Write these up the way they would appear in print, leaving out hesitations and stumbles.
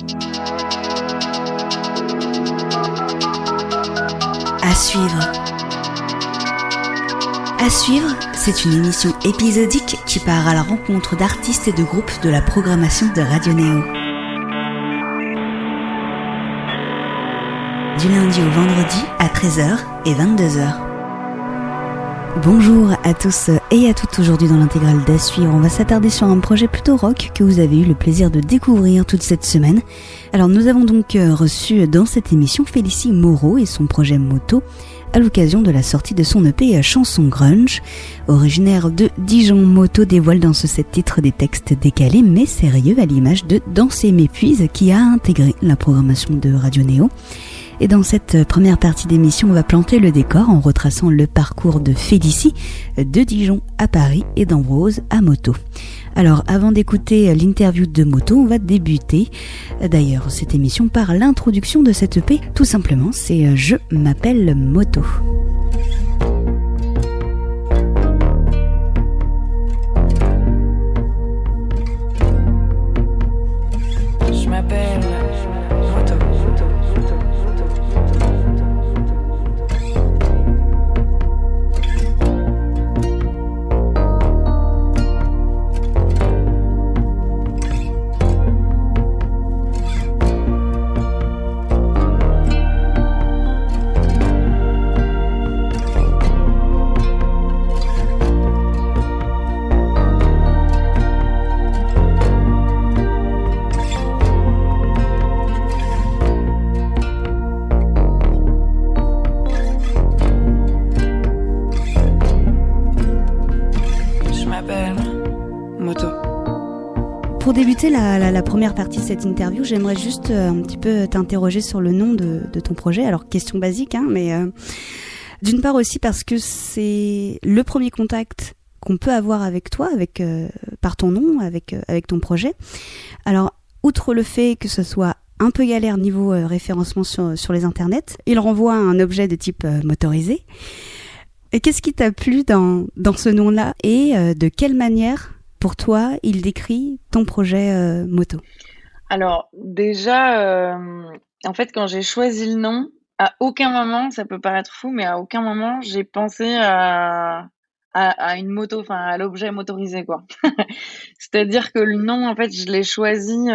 À suivre. À suivre, c'est une émission épisodique qui part à la rencontre d'artistes et de groupes de la programmation de Radio Néo. Du lundi au vendredi à 13h et 22h. Bonjour à tous et à toutes. Aujourd'hui dans l'intégrale d'À suivre, on va s'attarder sur un projet plutôt rock que vous avez eu le plaisir de découvrir toute cette semaine. Alors nous avons donc reçu dans cette émission Félicie Moreau et son projet Moto à l'occasion de la sortie de son EP Chanson Grunge. Originaire de Dijon, Moto dévoile dans ce 7 titres des textes décalés mais sérieux à l'image de Danser m'épuise qui a intégré la programmation de Radio Néo. Et dans cette première partie d'émission, on va planter le décor en retraçant le parcours de Félicie, de Dijon à Paris et d'Ambrose à Moto. Alors, avant d'écouter l'interview de Moto, on va débuter d'ailleurs cette émission par l'introduction de cette EP. Tout simplement, c'est « Je m'appelle Moto ». Je m'appelle Moto. Pour débuter la première partie de cette interview, j'aimerais juste un petit peu t'interroger sur le nom de ton projet. Alors, question basique, mais d'une part aussi parce que c'est le premier contact qu'on peut avoir avec toi, par ton nom, avec ton projet. Alors, outre le fait que ce soit un peu galère niveau référencement sur les internets, il renvoie à un objet de type motorisé. Et qu'est-ce qui t'a plu dans ce nom-là et de quelle manière pour toi, il décrit ton projet Moto? Alors, déjà, en fait, quand j'ai choisi le nom, à aucun moment, ça peut paraître fou, mais à aucun moment, j'ai pensé à une moto, enfin, à l'objet motorisé, quoi. C'est-à-dire que le nom, en fait, je l'ai choisi,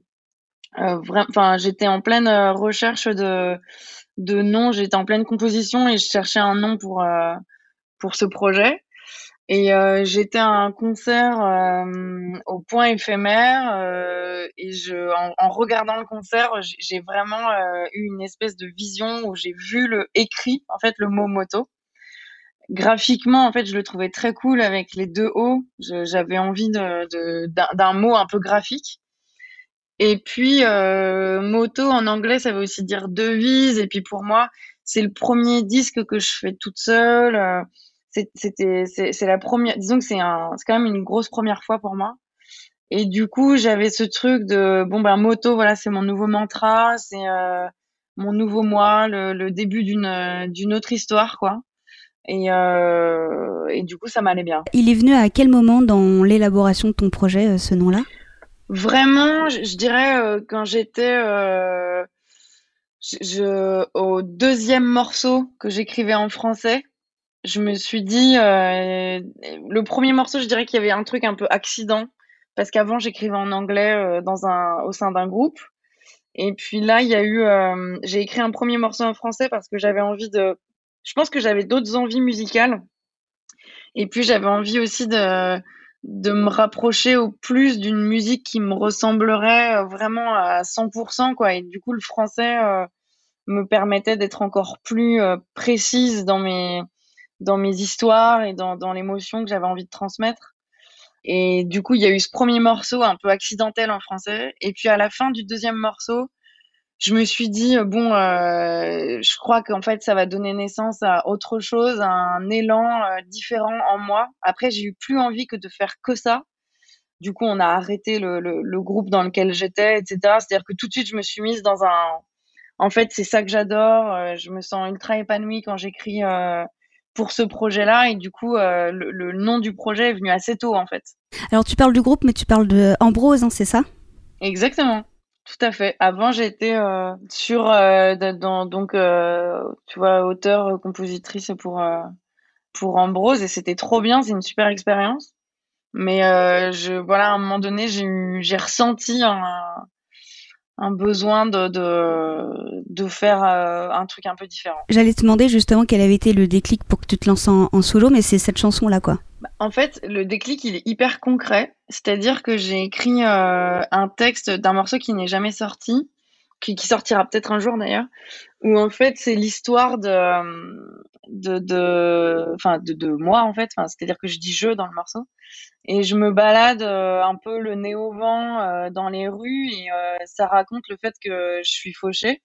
enfin, j'étais en pleine recherche de nom, j'étais en pleine composition et je cherchais un nom pour ce projet. Et j'étais à un concert au Point Éphémère et en regardant le concert, j'ai vraiment eu une espèce de vision où j'ai vu écrit en fait le mot moto. Graphiquement, en fait, je le trouvais très cool avec les deux O. J'avais envie d'un mot un peu graphique. Et puis moto en anglais, ça veut aussi dire devise. Et puis pour moi, c'est le premier disque que je fais toute seule. C'est la première, disons que c'est quand même une grosse première fois pour moi. Et du coup, j'avais ce truc de, moto, voilà, c'est mon nouveau mantra, c'est mon nouveau moi, le début d'une autre histoire, quoi. Et du coup, ça m'allait bien. Il est venu à quel moment dans l'élaboration de ton projet, ce nom-là? Vraiment, je dirais quand j'étais au deuxième morceau que j'écrivais en français. Je me suis dit, le premier morceau, je dirais qu'il y avait un truc un peu accident, parce qu'avant j'écrivais en anglais au sein d'un groupe. Et puis là, il y a eu, j'ai écrit un premier morceau en français parce que je pense que j'avais d'autres envies musicales. Et puis j'avais envie aussi de me rapprocher au plus d'une musique qui me ressemblerait vraiment à 100%, quoi. Et du coup, le français me permettait d'être encore plus précise dans mes histoires et dans l'émotion que j'avais envie de transmettre. Et du coup, il y a eu ce premier morceau un peu accidentel en français. Et puis à la fin du deuxième morceau, je me suis dit, je crois qu'en fait, ça va donner naissance à autre chose, à un élan différent en moi. Après, j'ai eu plus envie que de faire que ça. Du coup, on a arrêté le groupe dans lequel j'étais, etc. C'est-à-dire que tout de suite, je me suis mise dans en fait, c'est ça que j'adore. Je me sens ultra épanouie quand j'écris pour ce projet-là. Et du coup, le nom du projet est venu assez tôt, en fait. Alors, tu parles du groupe, mais tu parles de Ambrose, hein, c'est ça? Exactement. tout à fait. Avant, j'étais sur donc tu vois, auteure, compositrice pour Ambrose et c'était trop bien, c'est une super expérience. Mais voilà, à un moment donné, j'ai ressenti un besoin de faire un truc un peu différent. J'allais te demander justement quel avait été le déclic pour que tu te lances en solo, mais c'est cette chanson-là, quoi. En fait, le déclic, il est hyper concret. C'est-à-dire que j'ai écrit un texte d'un morceau qui n'est jamais sorti, qui sortira peut-être un jour d'ailleurs, où en fait c'est l'histoire de moi en fait. Enfin, c'est-à-dire que je dis je dans le morceau et je me balade un peu le nez au vent dans les rues et ça raconte le fait que je suis fauchée.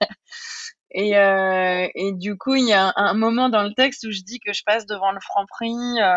Et du coup, il y a un moment dans le texte où je dis que je passe devant le Franprix.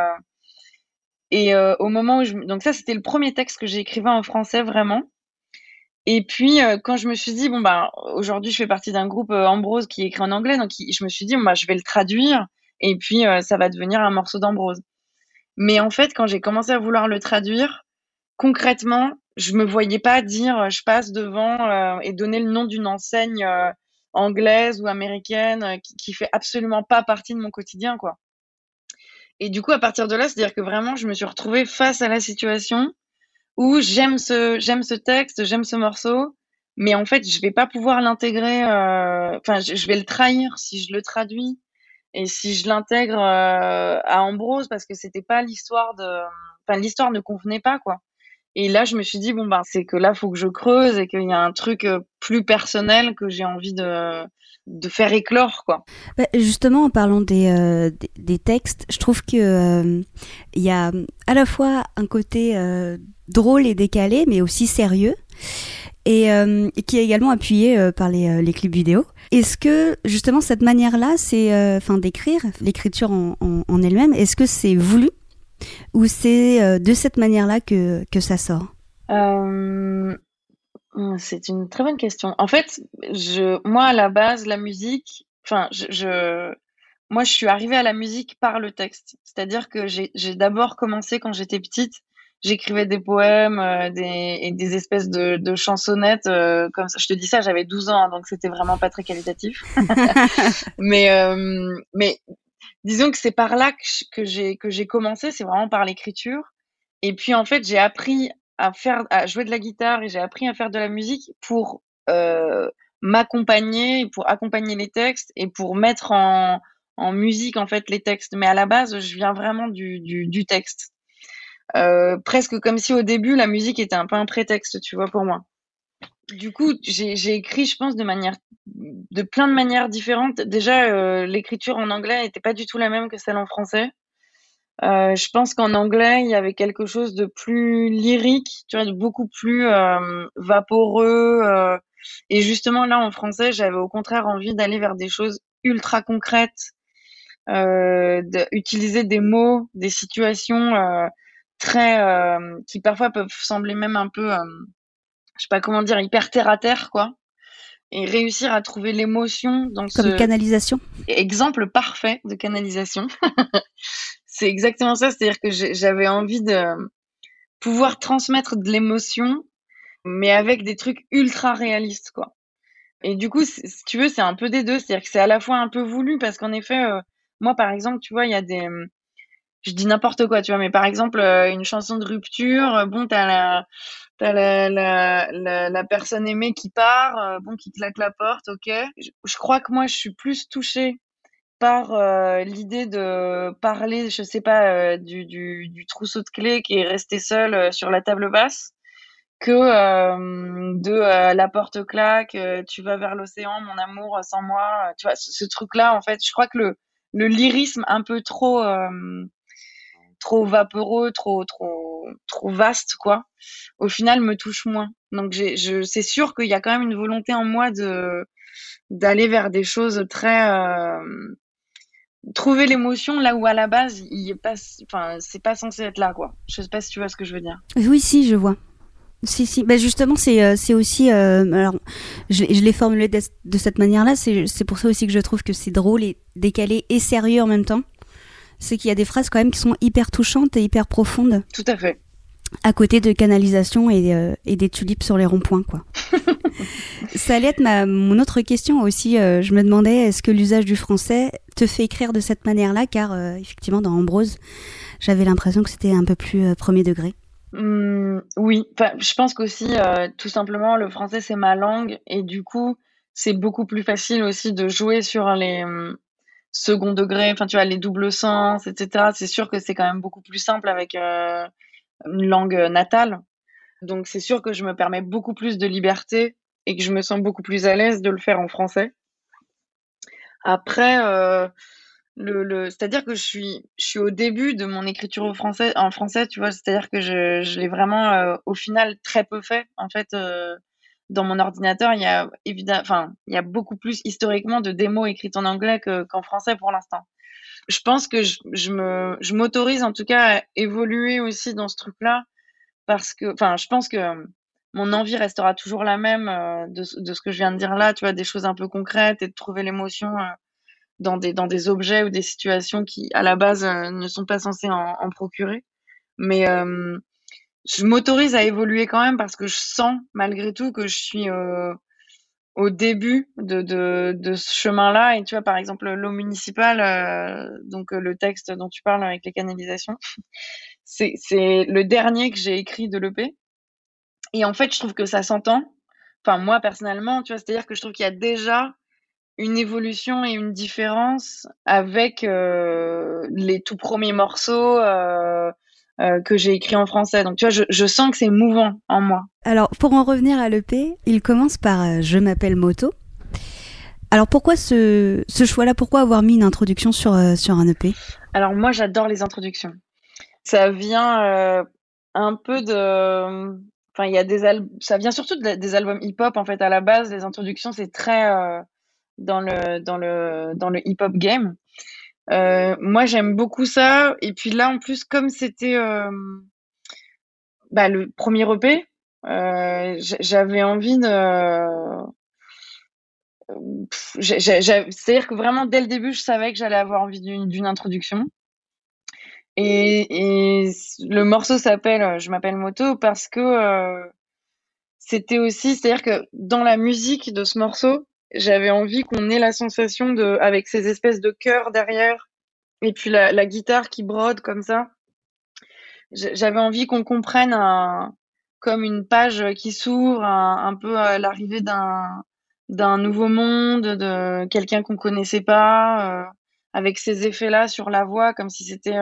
Et au moment où donc ça, c'était le premier texte que j'ai écrivain en français vraiment. Et puis quand je me suis dit bon bah aujourd'hui je fais partie d'un groupe Ambrose qui écrit en anglais, donc je me suis dit bon bah je vais le traduire et puis ça va devenir un morceau d'Ambrose. Mais en fait, quand j'ai commencé à vouloir le traduire, concrètement, je me voyais pas dire je passe devant et donner le nom d'une enseigne anglaise ou américaine qui fait absolument pas partie de mon quotidien quoi. Et du coup, à partir de là, c'est-à-dire que vraiment, je me suis retrouvée face à la situation où j'aime ce texte, j'aime ce morceau, mais en fait, je vais pas pouvoir l'intégrer. Enfin, je vais le trahir si je le traduis et si je l'intègre à Ambrose parce que c'était pas l'histoire de. Enfin, l'histoire ne convenait pas quoi. Et là, je me suis dit bon ben, c'est que là, faut que je creuse et qu'il y a un truc plus personnel que j'ai envie de faire éclore quoi. Bah, justement, en parlant des textes, je trouve que il y a à la fois un côté drôle et décalé, mais aussi sérieux, et qui est également appuyé par les clips vidéo. Est-ce que justement cette manière-là, c'est, d'écrire, l'écriture en elle-même, est-ce que c'est voulu ou c'est de cette manière-là que ça sort? C'est une très bonne question. En fait, moi, à la base, la musique, enfin, moi, je suis arrivée à la musique par le texte. C'est-à-dire que j'ai d'abord commencé quand j'étais petite. J'écrivais des poèmes, et des espèces de chansonnettes, comme ça. Je te dis ça, j'avais 12 ans, hein, donc c'était vraiment pas très qualitatif. Mais disons que c'est par là que j'ai commencé, c'est vraiment par l'écriture. Et puis en fait, j'ai appris à jouer de la guitare et j'ai appris à faire de la musique pour m'accompagner, pour accompagner les textes et pour mettre en musique en fait les textes. Mais à la base, je viens vraiment du texte. Presque comme si au début la musique était un peu un prétexte, tu vois, pour moi. Du coup, j'ai écrit, je pense, de plein de manières différentes. Déjà, l'écriture en anglais n'était pas du tout la même que celle en français. Je pense qu'en anglais, il y avait quelque chose de plus lyrique, tu vois, de beaucoup plus vaporeux. Et justement, là, en français, j'avais au contraire envie d'aller vers des choses ultra concrètes, d'utiliser des mots, des situations qui parfois peuvent sembler même un peu, je sais pas comment dire, hyper terre à terre, quoi. Et réussir à trouver l'émotion dans Comme canalisation. Exemple parfait de canalisation. C'est exactement ça, c'est-à-dire que j'avais envie de pouvoir transmettre de l'émotion, mais avec des trucs ultra réalistes, quoi. Et du coup, si tu veux, c'est un peu des deux, c'est-à-dire que c'est à la fois un peu voulu, parce qu'en effet, moi, par exemple, tu vois, il y a je dis n'importe quoi, tu vois, mais par exemple, une chanson de rupture, bon, t'as la personne aimée qui part, bon, qui claque la porte, ok. Je crois que moi, je suis plus touchée par l'idée de parler, je sais pas, du trousseau de clés qui est resté seul sur la table basse, que de la porte claque, tu vas vers l'océan, mon amour, sans moi. Tu vois, ce truc-là, en fait, je crois que le lyrisme un peu trop vaporeux, trop vaste, quoi, au final, me touche moins. Donc, c'est sûr qu'il y a quand même une volonté en moi d'aller vers des choses très trouver l'émotion là où à la base il est pas, enfin c'est pas censé être là quoi. Je sais pas si tu vois ce que je veux dire. Oui, si, je vois. Si. Ben justement, c'est aussi. Alors, je l'ai formulé de cette manière-là. C'est pour ça aussi que je trouve que c'est drôle et décalé et sérieux en même temps. C'est qu'il y a des phrases quand même qui sont hyper touchantes et hyper profondes. Tout à fait. à côté de canalisation et des tulipes sur les ronds-points, quoi. Ça allait être mon autre question aussi. Je me demandais, est-ce que l'usage du français te fait écrire de cette manière-là? Car effectivement, dans Ambrose, j'avais l'impression que c'était un peu plus premier degré. Oui, je pense qu'aussi, tout simplement, le français, c'est ma langue. Et du coup, c'est beaucoup plus facile aussi de jouer sur les second degré, enfin, tu vois, les doubles sens, etc. C'est sûr que c'est quand même beaucoup plus simple avec une langue natale. Donc, c'est sûr que je me permets beaucoup plus de liberté et que je me sens beaucoup plus à l'aise de le faire en français. Après, c'est-à-dire que je suis au début de mon écriture en français, tu vois, c'est-à-dire que je l'ai vraiment, au final, très peu fait. En fait, dans mon ordinateur, il y a il y a beaucoup plus historiquement de démos écrites en anglais qu'en français pour l'instant. Je pense que je m'autorise en tout cas à évoluer aussi dans ce truc-là parce que, enfin, je pense que mon envie restera toujours la même de ce que je viens de dire là, tu vois, des choses un peu concrètes et de trouver l'émotion dans des objets ou des situations qui, à la base, ne sont pas censés en procurer. Mais je m'autorise à évoluer quand même parce que je sens malgré tout que je suis au début de ce chemin-là. Et tu vois, par exemple, l'eau municipale, donc le texte dont tu parles avec les canalisations, c'est le dernier que j'ai écrit de l'EP. Et en fait, je trouve que ça s'entend. Enfin, moi, personnellement, tu vois, c'est-à-dire que je trouve qu'il y a déjà une évolution et une différence avec les tout premiers morceaux que j'ai écrits en français. Donc, tu vois, je sens que c'est mouvant en moi. Alors, pour en revenir à l'EP, il commence par « Je m'appelle Moto ». Alors, pourquoi ce choix-là? Pourquoi avoir mis une introduction sur un EP? Alors, moi, j'adore les introductions. Ça vient un peu de... Enfin, il y a ça vient surtout des albums hip-hop, en fait. À la base, les introductions, c'est très dans le hip-hop game. Moi, j'aime beaucoup ça. Et puis là, en plus, comme c'était le premier EP, j'avais envie de... C'est-à-dire que vraiment, dès le début, je savais que j'allais avoir envie d'une introduction. Et le morceau s'appelle Je m'appelle Moto parce que c'était aussi... C'est-à-dire que dans la musique de ce morceau, j'avais envie qu'on ait la sensation avec ces espèces de chœurs derrière, et puis la guitare qui brode comme ça. J'avais envie qu'on comprenne comme une page qui s'ouvre, un peu à l'arrivée d'un nouveau monde, de quelqu'un qu'on connaissait pas, avec ces effets-là sur la voix, comme si c'était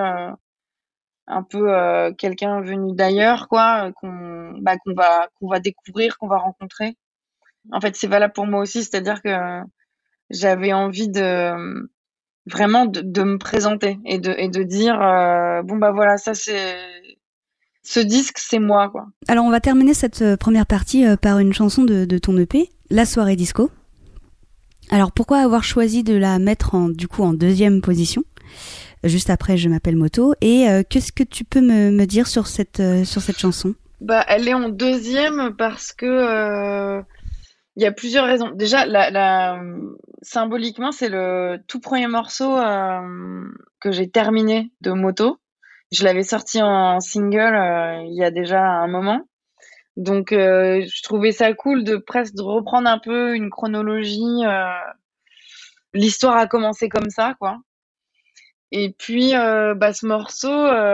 un peu quelqu'un venu d'ailleurs, quoi, qu'on va découvrir, qu'on va rencontrer. En fait, c'est valable pour moi aussi, c'est-à-dire que j'avais envie vraiment de me présenter et de dire bon bah voilà, ça c'est ce disque, c'est moi, quoi. Alors on va terminer cette première partie par une chanson de ton EP, La soirée disco. Alors pourquoi avoir choisi de la mettre en deuxième position, juste après Je m'appelle Moto, et qu'est-ce que tu peux me dire sur cette chanson? Bah elle est en deuxième parce que il y a plusieurs raisons. Déjà, symboliquement, c'est le tout premier morceau que j'ai terminé de Moto. Je l'avais sorti en single il y a déjà un moment. Donc, je trouvais ça cool de reprendre un peu une chronologie. L'histoire a commencé comme ça, quoi. Et puis, ce morceau,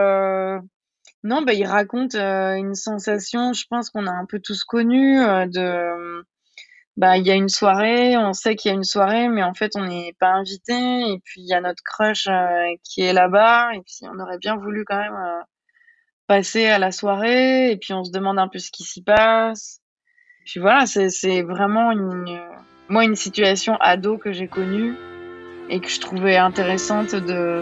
non, il raconte une sensation, je pense qu'on a un peu tous connu, il y a une soirée, on sait qu'il y a une soirée, mais en fait, on n'est pas invité. Et puis, il y a notre crush qui est là-bas. Et puis, on aurait bien voulu quand même passer à la soirée. Et puis, on se demande un peu ce qui s'y passe. Et puis voilà, c'est vraiment une situation ado que j'ai connue et que je trouvais intéressante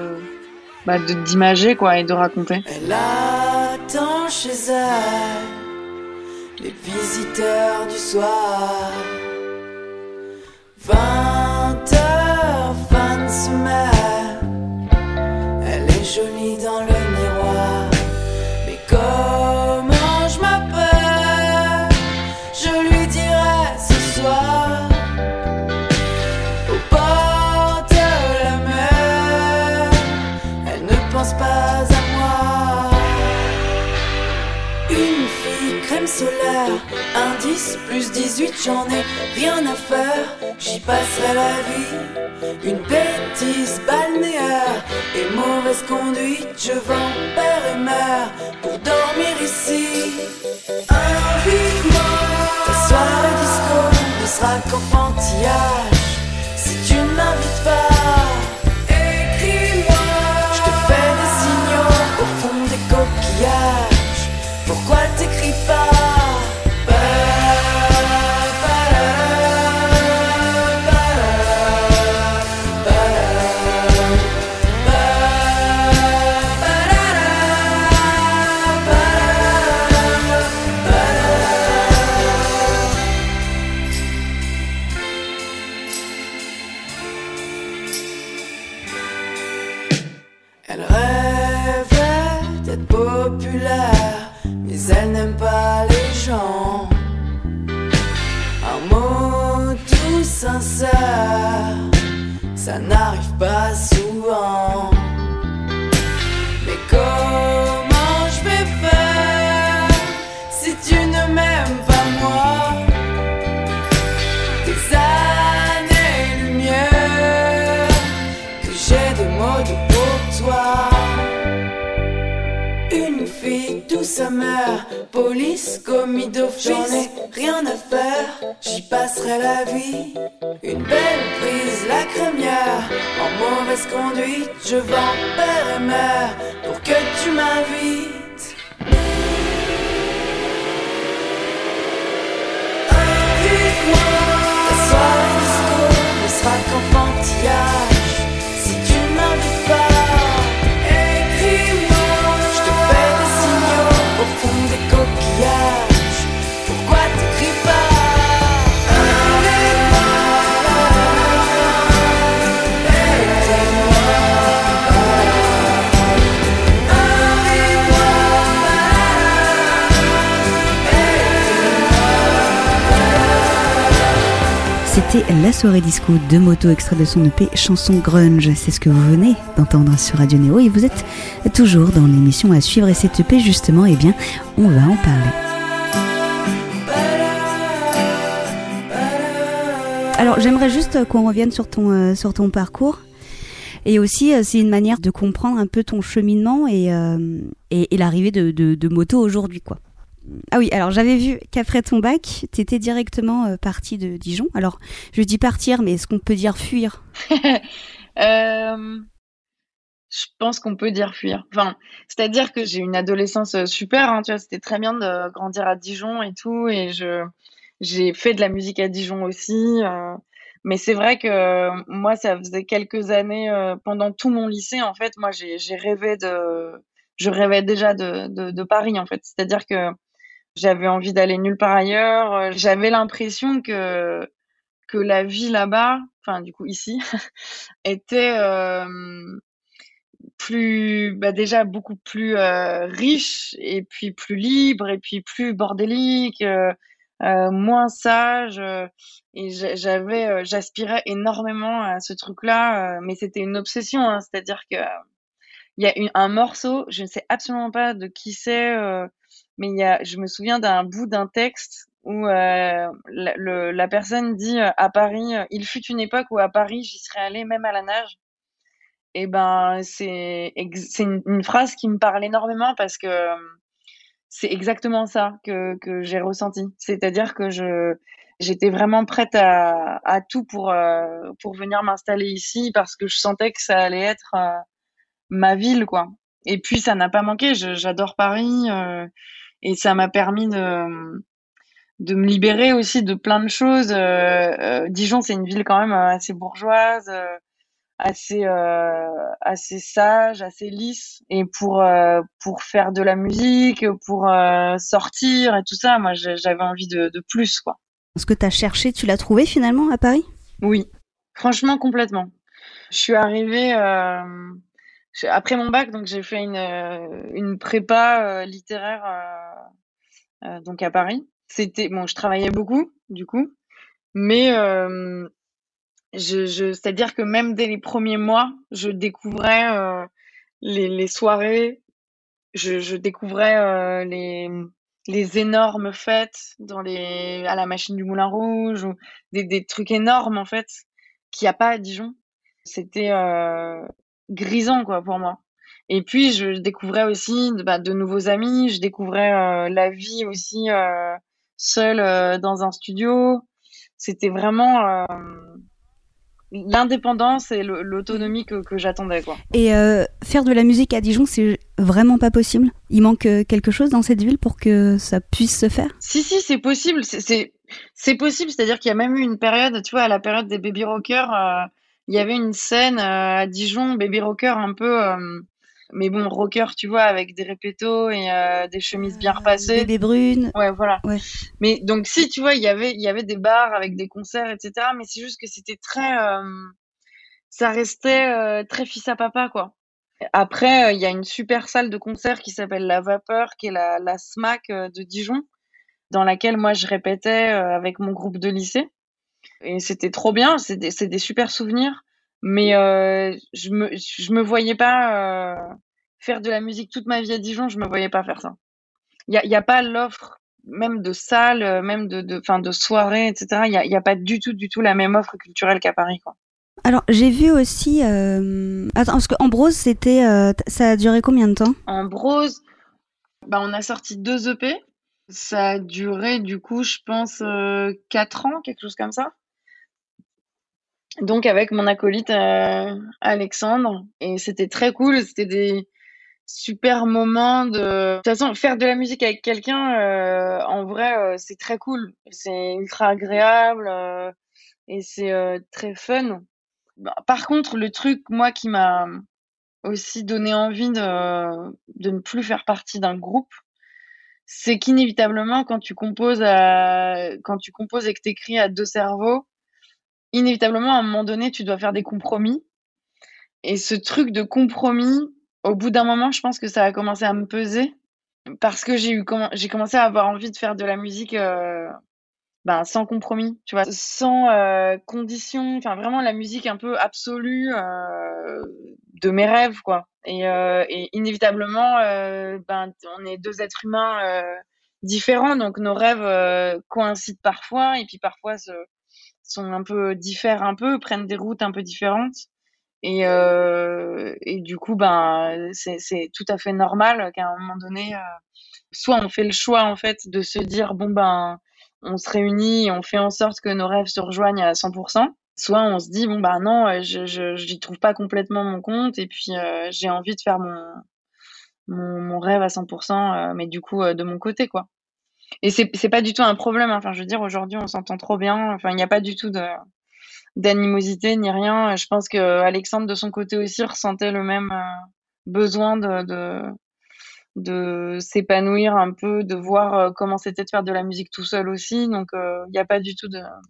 d'imager, quoi, et de raconter. Elle attend chez elle les visiteurs du soir. 20h, fin de semaine. Elle est jolie dans le miroir. Mais comment je m'appelle, je lui dirai ce soir. Au bord de la mer, elle ne pense pas à moi. 10 plus 18, j'en ai rien à faire. J'y passerai la vie. Une bêtise balnéaire et mauvaise conduite. Je vends père et mère pour dormir ici. Invite-moi, ta soirée disco ne sera qu'enfantillage. Si tu ne m'invites pas, écris-moi. Je te fais des signaux au fond des coquillages. Pourquoi t'écris pas? Elle rêvait d'être populaire, mais elle n'aime pas les gens. Un mot tout sincère, ça n'arrive pas souvent. Mais comment je vais faire si tu ne m'aimes pas moi? Des années-lumière que j'ai de mots pour toi. Une fille douce amère, police commis d'office. J'en ai rien à faire, j'y passerai la vie. Une belle prise, la crémière, en mauvaise conduite. Je vends père et mère pour que tu m'invites. Invite-moi, ta soirée disco ne sera qu'enfantillage. Si tu ne m'invites pas, écris-moi. Je te fais des signaux au fond des coquillages. Pourquoi t'écris pas? C'était la soirée disco de Moto, extrait de son EP Chanson Grunge. C'est ce que vous venez d'entendre sur Radio Néo et vous êtes toujours dans l'émission à suivre. Et cet EP justement, eh bien, on va en parler. Alors j'aimerais juste qu'on revienne sur ton parcours. Et aussi, c'est une manière de comprendre un peu ton cheminement et l'arrivée de Moto aujourd'hui, quoi. Ah oui, alors j'avais vu qu'après ton bac, t'étais directement partie de Dijon. Alors, je dis partir, mais est-ce qu'on peut dire fuir? Je pense qu'on peut dire fuir. Enfin, c'est-à-dire que j'ai eu une adolescence super, hein, tu vois, c'était très bien de grandir à Dijon et tout, et j'ai fait de la musique à Dijon aussi. Mais c'est vrai que moi, ça faisait quelques années, pendant tout mon lycée, en fait, moi, je rêvais déjà de Paris, en fait. C'est-à-dire que j'avais envie d'aller nulle part ailleurs. J'avais l'impression que la vie là-bas, enfin, du coup, ici, était déjà beaucoup plus riche, et puis plus libre, et puis plus bordélique, moins sage. Et j'aspirais énormément à ce truc-là, mais c'était une obsession, hein, c'est-à-dire que il y a un morceau, je ne sais absolument pas de qui c'est, mais je me souviens d'un bout d'un texte où la personne dit à Paris, il fut une époque où à Paris j'y serais allée même à la nage. Et ben c'est une phrase qui me parle énormément parce que c'est exactement ça que j'ai ressenti. C'est-à-dire que j'étais vraiment prête à tout pour venir m'installer ici parce que je sentais que ça allait être ma ville, quoi. Et puis ça n'a pas manqué. J'adore Paris, et ça m'a permis de me libérer aussi de plein de choses. Dijon, c'est une ville quand même assez bourgeoise, assez sage, assez lisse. Et pour faire de la musique, pour sortir et tout ça, moi j'avais envie de plus, quoi. Ce que t'as cherché, tu l'as trouvé finalement à Paris? Oui, franchement, complètement. Je suis arrivée après mon bac, donc j'ai fait une prépa littéraire, donc à Paris. Je travaillais beaucoup du coup, mais c'est-à-dire que même dès les premiers mois, je découvrais les soirées, je découvrais les énormes fêtes à la machine du Moulin Rouge ou des trucs énormes en fait qu'il n'y a pas à Dijon. C'était grisant quoi pour moi. Et puis je découvrais aussi de nouveaux amis, je découvrais la vie aussi seule dans un studio. C'était vraiment l'indépendance et l'autonomie que j'attendais quoi. Et faire de la musique à Dijon, c'est vraiment pas possible? Il manque quelque chose dans cette ville pour que ça puisse se faire? Si, c'est possible. C'est possible. C'est-à-dire qu'il y a même eu une période, tu vois, à la période des Baby Rockers, il y avait une scène à Dijon, Baby Rocker un peu, mais bon, rocker, tu vois, avec des répétos et des chemises bien repassées. Bébé brune. Ouais, voilà. Ouais. Mais donc, si, tu vois, il y avait des bars avec des concerts, etc. Mais c'est juste que c'était ça restait très fils à papa, quoi. Après, il y a une super salle de concert qui s'appelle La Vapeur, qui est la SMAC de Dijon, dans laquelle moi je répétais avec mon groupe de lycée. Et c'était trop bien, c'est des super souvenirs. Mais je me voyais pas faire de la musique toute ma vie à Dijon, je me voyais pas faire ça. Il y a pas l'offre même de salles, même de soirées, etc. Il y a pas du tout la même offre culturelle qu'à Paris, quoi. Alors, j'ai vu aussi... Attends, parce qu'Ambrose, ça a duré combien de temps? Ambrose, on a sorti 2 EP. Ça a duré, du coup, je pense, 4 ans, quelque chose comme ça. Donc, avec mon acolyte Alexandre. Et c'était très cool. C'était des super moments de... De toute façon, faire de la musique avec quelqu'un, en vrai, c'est très cool. C'est ultra agréable et c'est très fun. Par contre, le truc, moi, qui m'a aussi donné envie de ne plus faire partie d'un groupe, c'est qu'inévitablement, quand tu composes et que t'écris à 2 cerveaux, inévitablement, à un moment donné, tu dois faire des compromis. Et ce truc de compromis, au bout d'un moment, je pense que ça a commencé à me peser parce que j'ai commencé à avoir envie de faire de la musique sans compromis, tu vois, sans condition, enfin vraiment la musique un peu absolue de mes rêves, quoi. Et inévitablement, on est 2 êtres humains différents, donc nos rêves coïncident parfois, et puis parfois diffèrent un peu, prennent des routes un peu différentes. Et du coup, c'est tout à fait normal qu'à un moment donné, soit on fait le choix en fait de se dire on se réunit et on fait en sorte que nos rêves se rejoignent à 100%. Soit on se dit non, j'y trouve pas complètement mon compte et puis j'ai envie de faire mon rêve à 100%, mais du coup de mon côté quoi. Et c'est pas du tout un problème. Enfin, je veux dire, aujourd'hui on s'entend trop bien. Enfin, il n'y a pas du tout d'animosité ni rien. Je pense que Alexandre de son côté aussi ressentait le même besoin de s'épanouir un peu, de voir comment c'était de faire de la musique tout seul aussi. Donc il n'y a pas du tout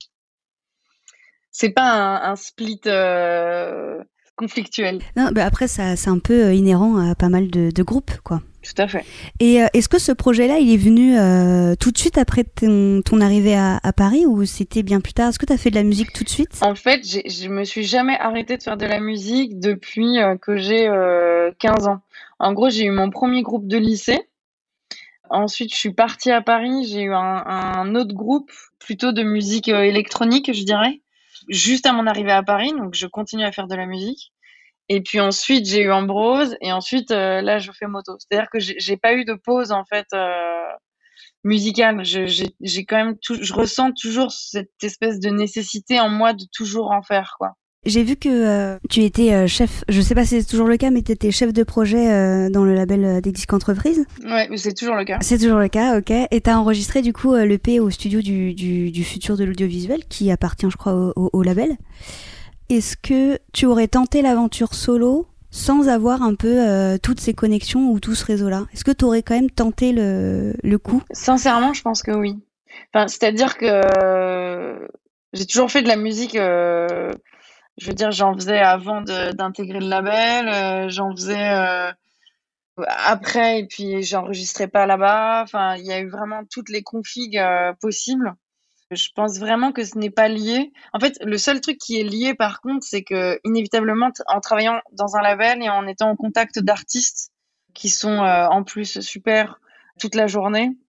c'est pas un split conflictuel. Non, après, c'est un peu inhérent à pas mal de groupes, quoi. Tout à fait. Et est-ce que ce projet-là, il est venu tout de suite après ton arrivée à Paris ou c'était bien plus tard? Est-ce que tu as fait de la musique tout de suite? En fait, je me suis jamais arrêtée de faire de la musique depuis que j'ai 15 ans. En gros, j'ai eu mon premier groupe de lycée. Ensuite, je suis partie à Paris. J'ai eu un autre groupe, plutôt de musique électronique, je dirais, juste à mon arrivée à Paris. Donc, je continue à faire de la musique. Et puis ensuite, j'ai eu Ambrose. Et ensuite, là, je fais moto. C'est-à-dire que j'ai pas eu de pause, en fait, musicale. J'ai quand même je ressens toujours cette espèce de nécessité en moi de toujours en faire, quoi. J'ai vu que tu étais chef, je sais pas si c'est toujours le cas, mais tu étais chef de projet dans le label des disques entreprises. Ouais, c'est toujours le cas. C'est toujours le cas, ok. Et tu as enregistré du coup l'EP au studio du futur de l'audiovisuel qui appartient, je crois, au label. Est-ce que tu aurais tenté l'aventure solo sans avoir un peu toutes ces connexions ou tout ce réseau-là? Est-ce que tu aurais quand même tenté le coup? Sincèrement, je pense que oui. Enfin, c'est-à-dire que j'ai toujours fait de la musique. Je veux dire, j'en faisais avant d'intégrer le label, j'en faisais après, et puis j'enregistrais pas là-bas. Enfin, il y a eu vraiment toutes les configs possibles. Je pense vraiment que ce n'est pas lié. En fait, le seul truc qui est lié, par contre, c'est que inévitablement, en travaillant dans un label et en étant en contact d'artistes qui sont en plus super toute la journée,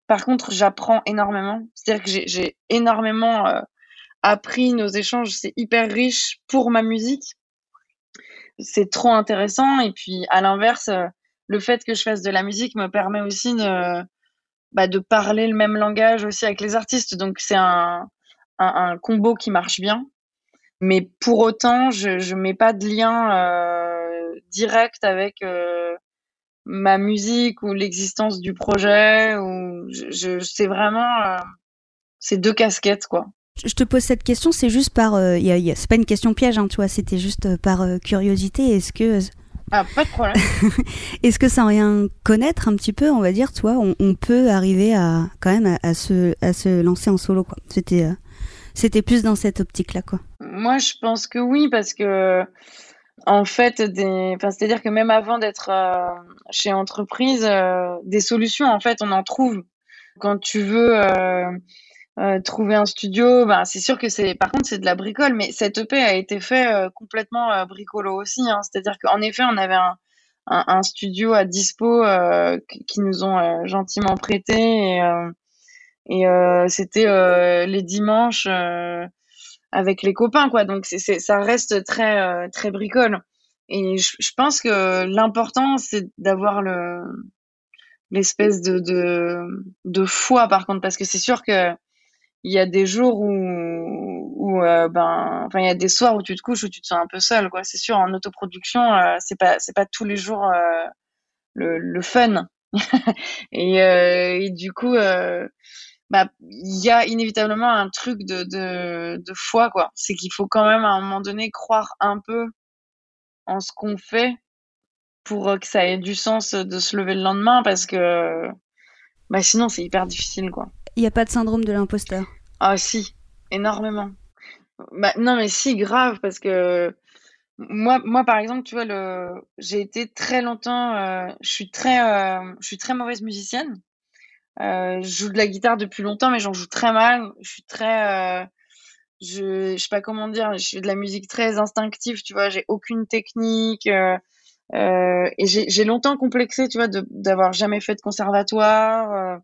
Par contre, j'apprends énormément. C'est-à-dire que j'ai énormément appris. Nos échanges, c'est hyper riche pour ma musique. C'est trop intéressant. Et puis, à l'inverse, le fait que je fasse de la musique me permet aussi de parler le même langage aussi avec les artistes. Donc, c'est un combo qui marche bien. Mais pour autant, je mets pas de lien direct avec ma musique ou l'existence du projet. Ou c'est vraiment ces deux casquettes, quoi. Je te pose cette question, c'est juste par... c'est pas une question piège, hein, tu vois, c'était juste par curiosité. Ah, pas de problème. Est-ce que sans rien connaître un petit peu, on va dire, tu vois, on peut arriver quand même à se lancer en solo, quoi. C'était plus dans cette optique-là, quoi. Moi, je pense que oui, parce que en fait, c'est-à-dire que même avant d'être chez Entreprise, des solutions, en fait, on en trouve. Quand tu veux trouver un studio, c'est sûr que par contre, c'est de la bricole, mais cette EP a été fait complètement bricolo aussi, hein. C'est-à-dire qu'en effet, on avait un studio à dispo qui nous ont gentiment prêté et c'était les dimanches avec les copains, quoi. Donc ça reste très très bricole. Et je pense que l'important c'est d'avoir l'espèce de foi, par contre, parce que c'est sûr que il y a des jours où il y a des soirs où tu te couches où tu te sens un peu seul, quoi. C'est sûr, en autoproduction, c'est pas tous les jours le fun. Et du coup, il y a inévitablement un truc de foi, quoi. C'est qu'il faut quand même à un moment donné croire un peu en ce qu'on fait pour que ça ait du sens de se lever le lendemain, parce que sinon c'est hyper difficile, quoi. Il n'y a pas de syndrome de l'imposteur? Ah si, énormément. Non mais si, grave, parce que moi par exemple, tu vois, j'ai été très longtemps, je suis très mauvaise musicienne. Je joue de la guitare depuis longtemps, mais j'en joue très mal. Je suis très, je sais pas comment dire, je fais de la musique très instinctive, tu vois, j'ai aucune technique. Et j'ai longtemps complexé, tu vois, d'avoir jamais fait de conservatoire,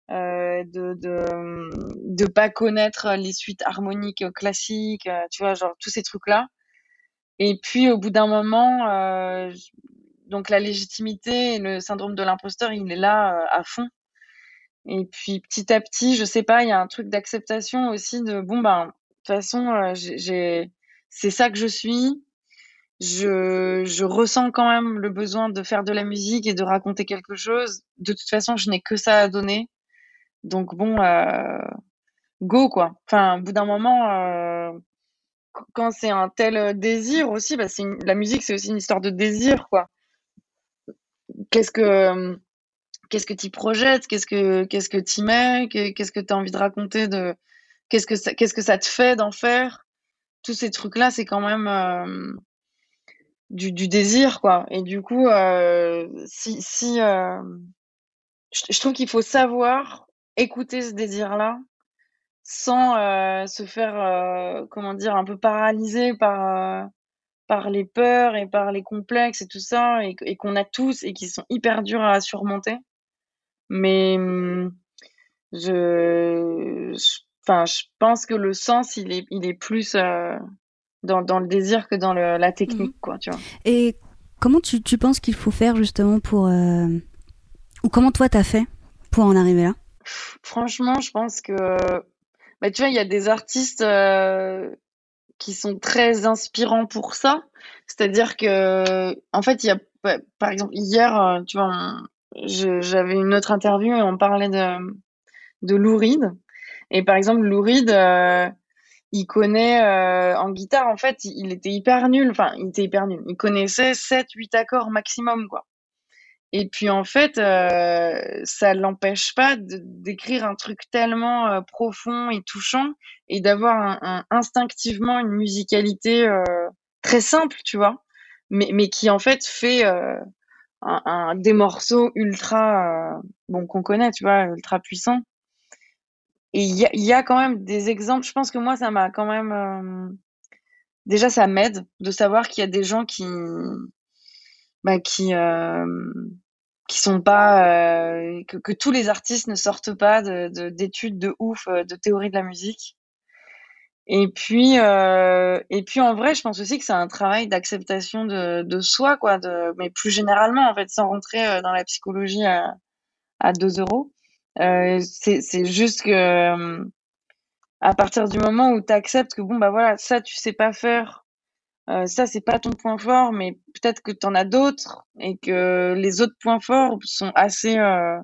de pas connaître les suites harmoniques classiques, tu vois, genre tous ces trucs-là. Et puis au bout d'un moment, donc la légitimité et le syndrome de l'imposteur, il est là à fond. Et puis petit à petit, je sais pas, il y a un truc d'acceptation aussi de bon de toute façon, c'est ça que je suis. Je ressens quand même le besoin de faire de la musique et de raconter quelque chose. De toute façon, je n'ai que ça à donner. Donc bon, go, quoi. Enfin, au bout d'un moment, quand c'est un tel désir aussi, la musique, c'est aussi une histoire de désir, quoi. Qu'est-ce que qu'est-ce que tu projettes? Qu'est-ce que tu mets? Qu'est-ce que tu as envie de raconter qu'est-ce que ça te fait d'en faire? Tous ces trucs-là, c'est quand même du désir, quoi. Et du coup, si je trouve qu'il faut savoir écouter ce désir-là sans se faire, comment dire, un peu paralyser par les peurs et par les complexes et tout ça, et qu'on a tous et qui sont hyper durs à surmonter. Mais je pense que le sens, il est plus dans le désir que dans la technique, quoi, tu vois. Et comment tu penses qu'il faut faire justement pour... ou comment toi t'as fait pour en arriver là? Franchement, je pense que... tu vois, il y a des artistes qui sont très inspirants pour ça. C'est-à-dire que, en fait, il y a... Par exemple, hier, tu vois, j'avais une autre interview et on parlait de Lou Reed. Et par exemple, Lou Reed, il connaît en guitare, en fait, il était hyper nul. Enfin, il était hyper nul. Il connaissait 7-8 accords maximum, quoi. Et puis en fait, ça l'empêche pas d'écrire un truc tellement profond et touchant et d'avoir instinctivement une musicalité très simple, tu vois, mais qui en fait fait des morceaux ultra qu'on connaît, tu vois, ultra puissants. Et il y a quand même des exemples. Je pense que moi, ça m'a quand même déjà, ça m'aide de savoir qu'il y a des gens qui qui sont pas que tous les artistes ne sortent pas d'études de ouf de théorie de la musique. Et puis en vrai, je pense aussi que c'est un travail d'acceptation de soi, quoi, mais plus généralement, en fait, sans rentrer dans la psychologie à 2 euros. C'est juste que à partir du moment où tu acceptes que bon, bah voilà, ça tu sais pas faire, ça c'est pas ton point fort, mais peut-être que t'en as d'autres et que les autres points forts sont assez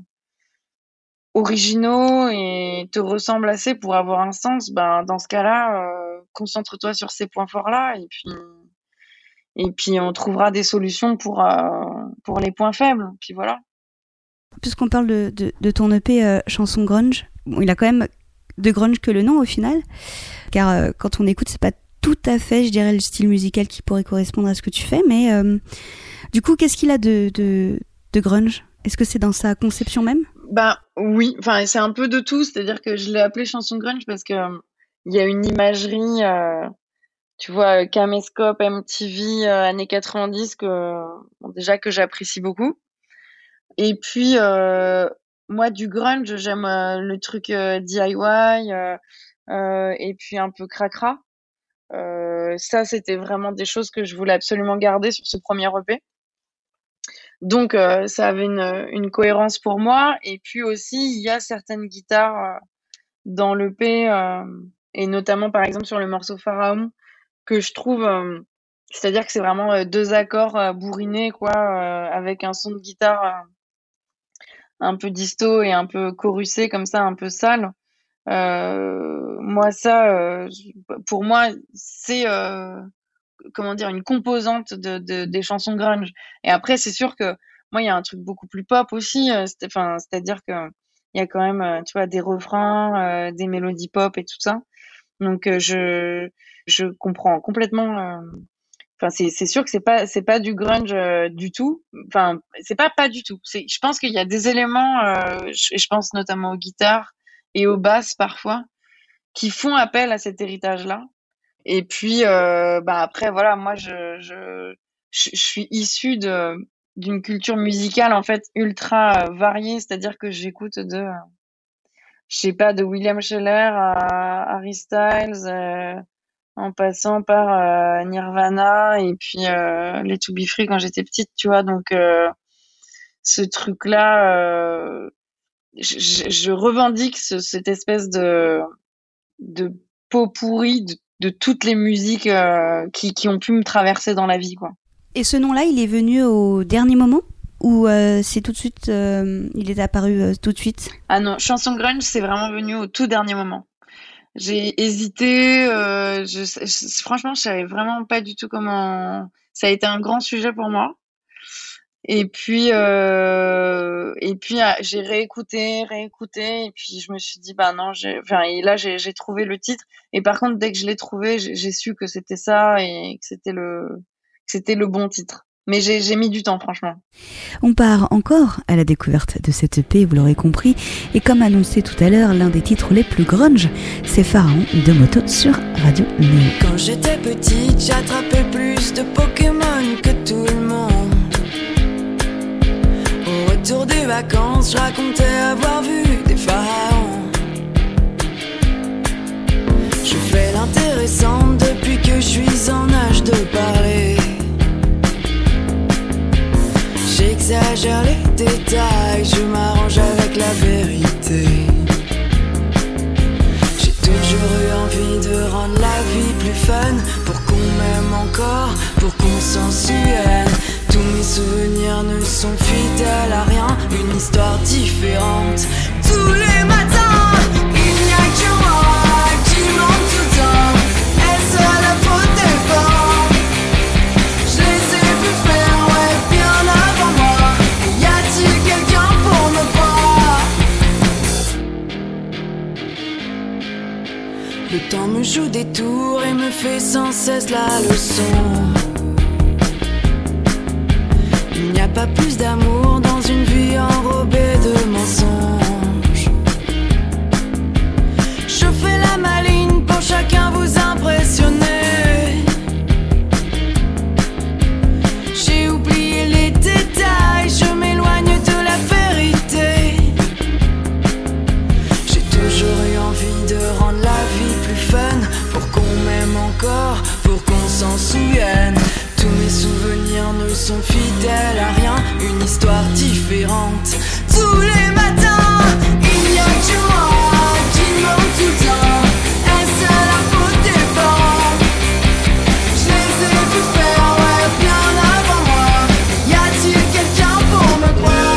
originaux et te ressemblent assez pour avoir un sens, ben dans ce cas-là, concentre-toi sur ces points forts-là et puis on trouvera des solutions pour les points faibles. Puis voilà. Puisqu'on parle de ton EP chanson grunge, bon, il a quand même de grunge que le nom au final, car quand on écoute, c'est pas tout à fait, je dirais, le style musical qui pourrait correspondre à ce que tu fais, mais du coup, qu'est-ce qu'il a de grunge ? Est-ce que c'est dans sa conception même ? Ben oui, enfin c'est un peu de tout, c'est-à-dire que je l'ai appelé chanson grunge parce que il y a une imagerie, tu vois, caméscope, MTV, années 90 déjà que j'apprécie beaucoup. Et puis moi du grunge, j'aime le truc DIY et puis un peu cracra. Ça c'était vraiment des choses que je voulais absolument garder sur ce premier EP. Donc ça avait une cohérence pour moi. Et puis aussi, il y a certaines guitares dans l'EP, et notamment par exemple sur le morceau Pharaon, que je trouve, c'est-à-dire que c'est vraiment 2 accords bourrinés, quoi, avec un son de guitare un peu disto et un peu chorusé comme ça, un peu sale. Moi ça, pour moi, c'est comment dire, une composante des chansons grunge. Et après, c'est sûr que moi, il y a un truc beaucoup plus pop aussi. C'est-à-dire que il y a quand même, tu vois, des refrains, des mélodies pop et tout ça. Donc, je comprends complètement. Enfin, c'est sûr que c'est pas du grunge du tout. Enfin, c'est pas du tout. Je pense qu'il y a des éléments. Je pense notamment aux guitares et aux basses parfois qui font appel à cet héritage-là. Et puis, bah après, voilà, moi, je suis issue d'une culture musicale, en fait, ultra variée. C'est-à-dire que j'écoute je sais pas, de William Scheller à Harry Styles, en passant par Nirvana et puis les To Be Free quand j'étais petite, tu vois. Donc, ce truc-là, je revendique cette espèce de pot pourri de toutes les musiques qui ont pu me traverser dans la vie, quoi. Et ce nom-là, il est venu au dernier moment ou c'est tout de suite, il est apparu tout de suite ? Ah non, chanson grunge, c'est vraiment venu au tout dernier moment. J'ai hésité, franchement, je savais vraiment pas du tout comment. Ça a été un grand sujet pour moi. Et puis j'ai réécouté, et puis je me suis dit bah non, et là j'ai trouvé le titre. Et par contre, dès que je l'ai trouvé, j'ai su que c'était ça et que c'était le bon titre. Mais j'ai mis du temps, franchement. On part encore à la découverte de cette EP, vous l'aurez compris. Et comme annoncé tout à l'heure, l'un des titres les plus grunge, c'est Pharaon de Moto sur Radio Néo. Quand j'étais petite, j'attrapais plus de Pokémon que tout le monde. Au retour des vacances, je racontais avoir vu des pharaons. Je fais l'intéressante depuis que je suis en âge de parler. J'exagère les détails, je m'arrange avec la vérité. J'ai toujours eu envie de rendre la vie plus fun, pour qu'on m'aime encore, pour qu'on s'en souvienne. Tous mes souvenirs ne sont fidèles à rien, une histoire différente. Tous les matins, il n'y a que moi qui monte tout le temps. Est-ce la faute des vents? Je les ai vus faire, ouais, bien avant moi. Y a-t-il quelqu'un pour me croire? Le temps me joue des tours et me fait sans cesse la leçon. Il n'y a pas plus d'amour dans une vie enrobée de mensonges. Je fais la maligne pour chacun vous impressionner. J'ai oublié les détails, je m'éloigne de s'en souvienne. Tous mes souvenirs ne sont fidèles à rien, une histoire différente. Tous les matins, il n'y a que moi qui ment tout le temps. Est-ce la faute des parents? Je les ai vus faire, ouais, bien avant moi. Y a-t-il quelqu'un pour me croire?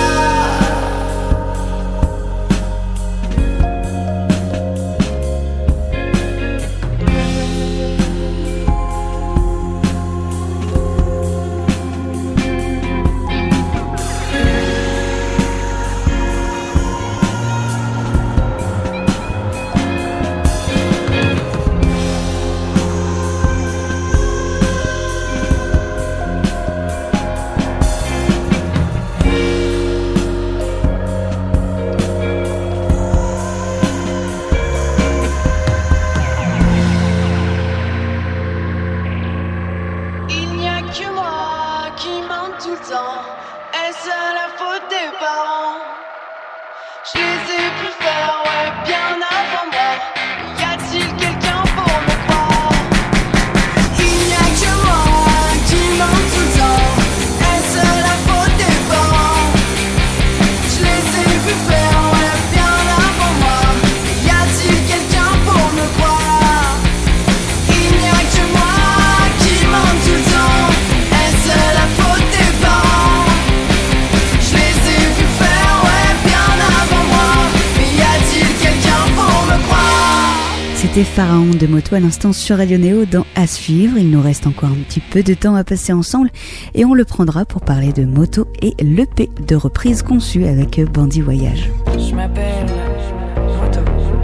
C'était Pharaon de Moto à l'instant sur Radio Néo dans À suivre. Il nous reste encore un petit peu de temps à passer ensemble et on le prendra pour parler de Moto et l'EP de reprise conçue avec Bandit Voyage. Je m'appelle Moto.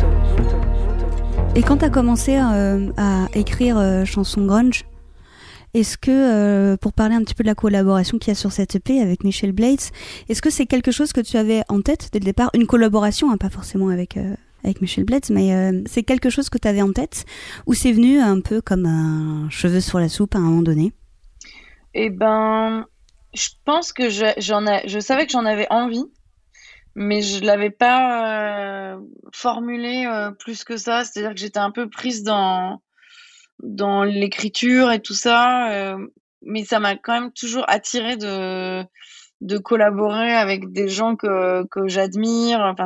Et quand tu as commencé à écrire Chanson Grunge, est-ce que, pour parler un petit peu de la collaboration qu'il y a sur cette EP avec Michel Blades, est-ce que c'est quelque chose que tu avais en tête dès le départ? Une collaboration, hein, pas forcément avec Michel Blades, mais c'est quelque chose que tu avais en tête ou c'est venu un peu comme un cheveu sur la soupe à un moment donné? Eh ben, je pense que je savais que j'en avais envie, mais je l'avais pas formulé plus que ça. C'est-à-dire que j'étais un peu prise dans l'écriture et tout ça, mais ça m'a quand même toujours attirée de collaborer avec des gens que j'admire. Enfin,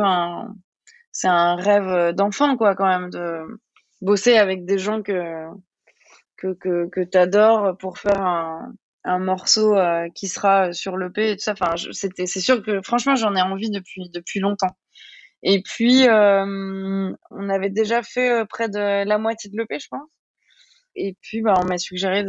c'est un rêve d'enfant, quoi, quand même, de bosser avec des gens que t'adores pour faire un morceau qui sera sur l'EP et tout ça. Enfin, c'est sûr que franchement, j'en ai envie depuis longtemps. Et puis, on avait déjà fait près de la moitié de l'EP, je pense. Et puis, bah, on m'a suggéré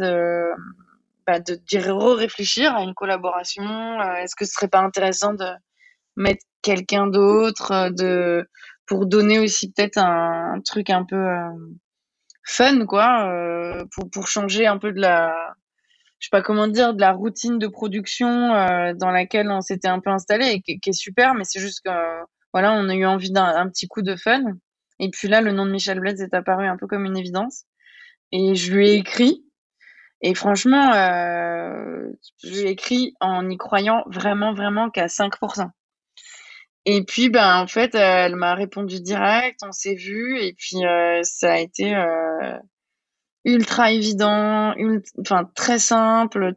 d'y réfléchir à une collaboration. Est-ce que ce serait pas intéressant de mettre quelqu'un d'autre, pour donner aussi peut-être un truc un peu fun, quoi, pour changer un peu je sais pas comment dire, de la routine de production dans laquelle on s'était un peu installé et qui est super, mais c'est juste que voilà, on a eu envie d'un petit coup de fun. Et puis là, le nom de Michel Blades est apparu un peu comme une évidence. Et je lui ai écrit. Et franchement, je lui ai écrit en y croyant vraiment, vraiment qu'à 5%. Et puis, ben, en fait, elle m'a répondu direct, on s'est vu, et puis ça a été ultra évident, enfin très simple,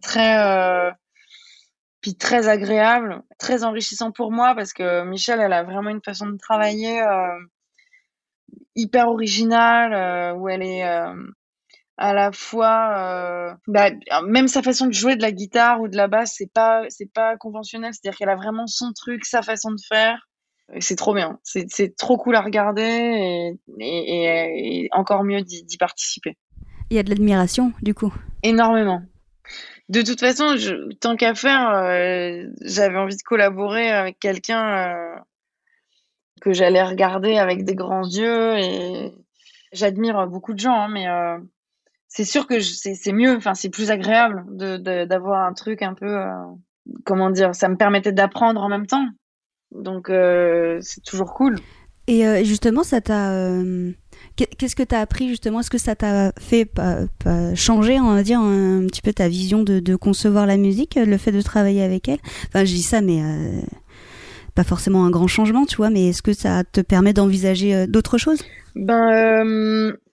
puis très agréable, très enrichissant pour moi parce que Michel, elle a vraiment une façon de travailler hyper originale, où elle est à la fois, même sa façon de jouer de la guitare ou de la basse, c'est pas conventionnel, c'est-à-dire qu'elle a vraiment son truc, sa façon de faire. Et c'est trop bien, c'est trop cool à regarder et encore mieux d'y participer. Il y a de l'admiration, du coup. Énormément. De toute façon, tant qu'à faire, j'avais envie de collaborer avec quelqu'un que j'allais regarder avec des grands yeux et j'admire beaucoup de gens, hein, mais c'est sûr que c'est mieux, enfin c'est plus agréable d'avoir un truc un peu, comment dire, ça me permettait d'apprendre en même temps, donc c'est toujours cool. Et justement, ça t'a qu'est-ce que t'as appris justement? Est-ce que ça t'a fait changer, on va dire, un petit peu ta vision de concevoir la musique, le fait de travailler avec elle? Enfin, je dis ça, mais pas forcément un grand changement, tu vois, mais est-ce que ça te permet d'envisager d'autres choses? Ben,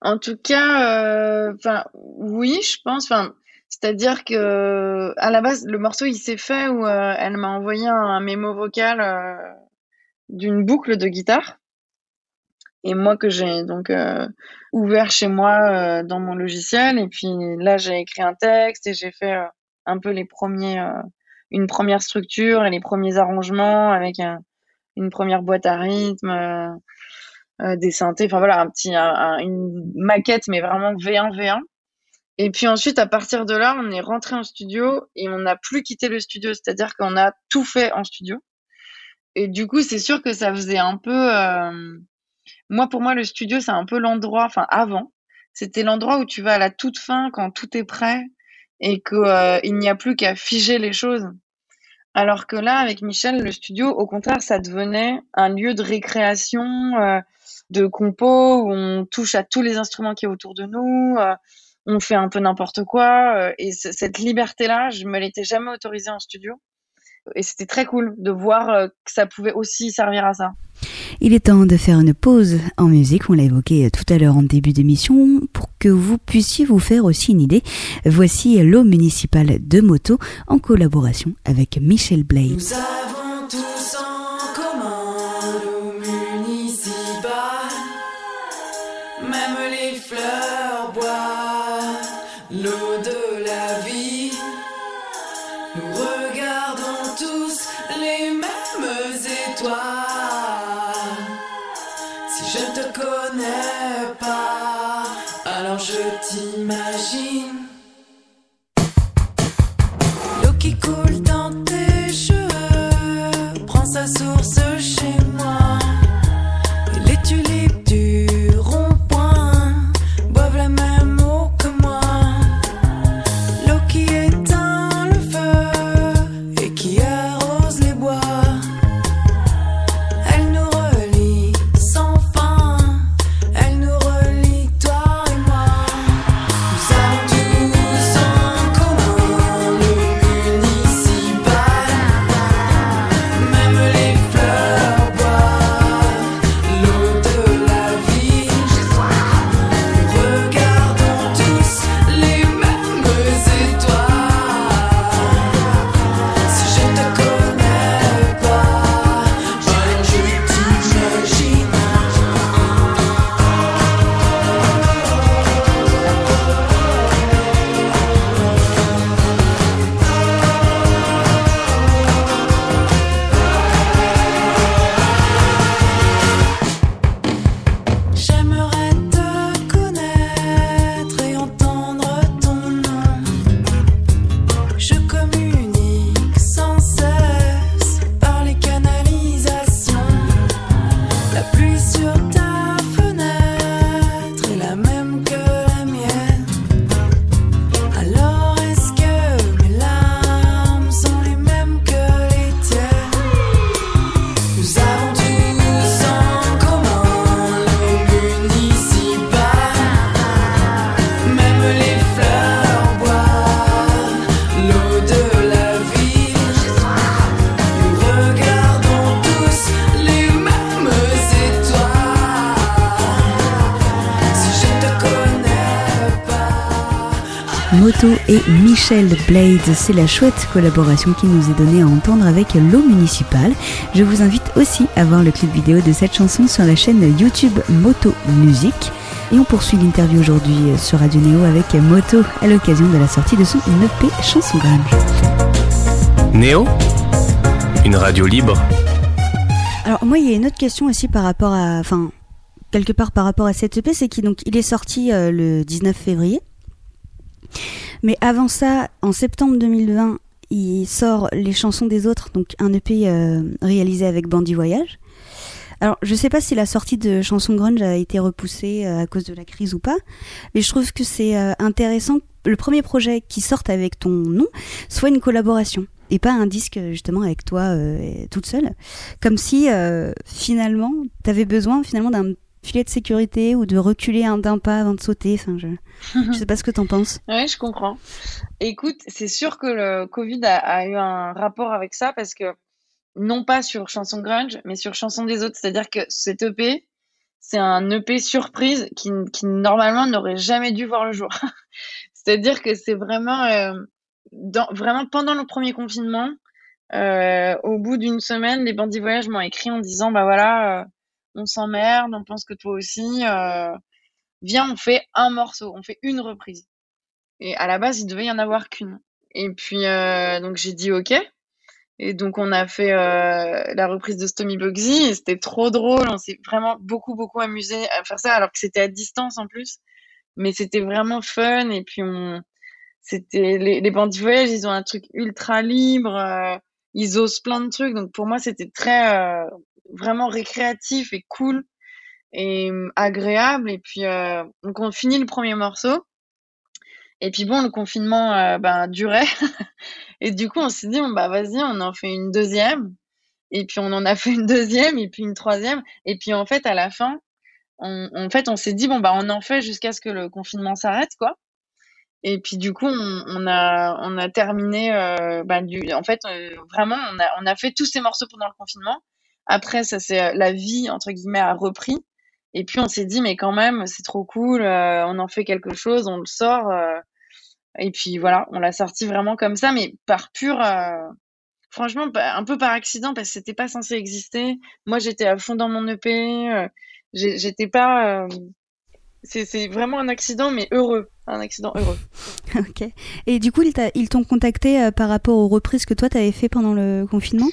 En tout cas, oui, je pense. Enfin, c'est-à-dire que à la base, le morceau il s'est fait où elle m'a envoyé un mémo vocal d'une boucle de guitare et moi que j'ai donc ouvert chez moi dans mon logiciel et puis là j'ai écrit un texte et j'ai fait un peu une première structure et les premiers arrangements avec une première boîte à rythme. Des synthés, enfin voilà, une maquette, mais vraiment V1. Et puis ensuite, à partir de là, on est rentré en studio et on n'a plus quitté le studio, c'est-à-dire qu'on a tout fait en studio. Et du coup, c'est sûr que ça faisait un peu. Moi, pour moi, le studio, c'est un peu l'endroit, enfin avant, c'était l'endroit où tu vas à la toute fin quand tout est prêt et que il n'y a plus qu'à figer les choses. Alors que là, avec Michel, le studio, au contraire, ça devenait un lieu de récréation, de compo, où on touche à tous les instruments qui est autour de nous, on fait un peu n'importe quoi. Et cette liberté-là, je me l'étais jamais autorisée en studio. Et c'était très cool de voir que ça pouvait aussi servir à ça. Il est temps de faire une pause en musique, on l'a évoqué tout à l'heure en début d'émission, pour que vous puissiez vous faire aussi une idée. Voici l'eau municipale de Moto en collaboration avec Michel Blade. Nous avons tous en commun l'eau municipale, même les fleurs boivent l'eau de la vie. Nous regardons tous les mêmes étoiles. Si je ne te connais pas, alors je t'imagine. L'eau qui coule dans tes cheveux prend sa source chez moi. Et les tulipes du rond-point boivent la même eau que moi. L'eau qui éteint le feu et qui arrose les bois. Elle nous relie sans fin, elle nous relie toi et moi. Nous avons tous en commun l'eau municipale, même les fleurs boivent l'eau de la vie. Nous regardons tous les mêmes étoiles. Si je ne te connais pas, alors je t'imagine. J'aimerais te connaître et entendre ton nom. Je communique sans cesse par les canalisations. La pluie sur ta fenêtre est la même que la mienne. Alors est-ce que mes larmes sont les mêmes que les tiennes? Nous avons tous en commun l'eau municipale, même les fleurs boivent l'eau de la vie. Nous regardons tous les mêmes étoiles. Si je ne te connais pas, Moto et Michel Blade, c'est la chouette collaboration qui nous est donnée à entendre avec l'eau municipale. Je vous invite aussi à voir le clip vidéo de cette chanson sur la chaîne YouTube Moto Musique. Et on poursuit l'interview aujourd'hui sur Radio Néo avec Moto à l'occasion de la sortie de son EP Chanson Grunge. Néo, une radio libre. Alors moi il y a une autre question aussi par rapport à, quelque part par rapport à cet EP, c'est qu'il est sorti le 19 février. Mais avant ça, en septembre 2020, il sort Les chansons des autres, donc un EP réalisé avec Bandit Voyage. Alors, je sais pas si la sortie de Chanson Grunge a été repoussée à cause de la crise ou pas, mais je trouve que c'est intéressant que le premier projet qui sorte avec ton nom soit une collaboration et pas un disque justement avec toi toute seule. Comme si finalement, t'avais besoin finalement d'un filet de sécurité ou de reculer d'un pas avant de sauter. Enfin, je sais pas ce que t'en penses. Ouais, je comprends. Écoute, c'est sûr que le Covid a eu un rapport avec ça parce que non pas sur Chanson Grunge, mais sur Chanson des autres. C'est-à-dire que cet EP, c'est un EP surprise qui normalement n'aurait jamais dû voir le jour. C'est-à-dire que c'est vraiment, vraiment pendant le premier confinement, au bout d'une semaine, les Bandits Voyage m'ont écrit en disant, bah voilà, on s'emmerde, on pense que toi aussi, viens, on fait un morceau, on fait une reprise. Et à la base, il devait y en avoir qu'une. Et puis, donc j'ai dit OK. Et donc, on a fait la reprise de Stomy Bugsy et c'était trop drôle. On s'est vraiment beaucoup, beaucoup amusé à faire ça alors que c'était à distance en plus. Mais c'était vraiment fun. Et puis, c'était les Bandits Voyage, ils ont un truc ultra libre. Ils osent plein de trucs. Donc, pour moi, c'était très, vraiment récréatif et cool et agréable. Et puis, donc, on finit le premier morceau. Et puis bon, le confinement durait. Et du coup, on s'est dit, bon, bah vas-y, on en fait une deuxième. Et puis on en a fait une deuxième, et puis une troisième. Et puis en fait, à la fin, on s'est dit, bon, bah on en fait jusqu'à ce que le confinement s'arrête, quoi. Et puis du coup, on a terminé, vraiment, on a fait tous ces morceaux pendant le confinement. Après, ça c'est la vie, entre guillemets, a repris. Et puis on s'est dit, mais quand même, c'est trop cool, on en fait quelque chose, on le sort. Et puis voilà, on l'a sorti vraiment comme ça, mais par pur, franchement, un peu par accident, parce que c'était pas censé exister. Moi, j'étais à fond dans mon EP, j'étais pas. C'est vraiment un accident, mais heureux, un accident heureux. Ok. Et du coup, ils t'ont contacté par rapport aux reprises que toi t'avais fait pendant le confinement?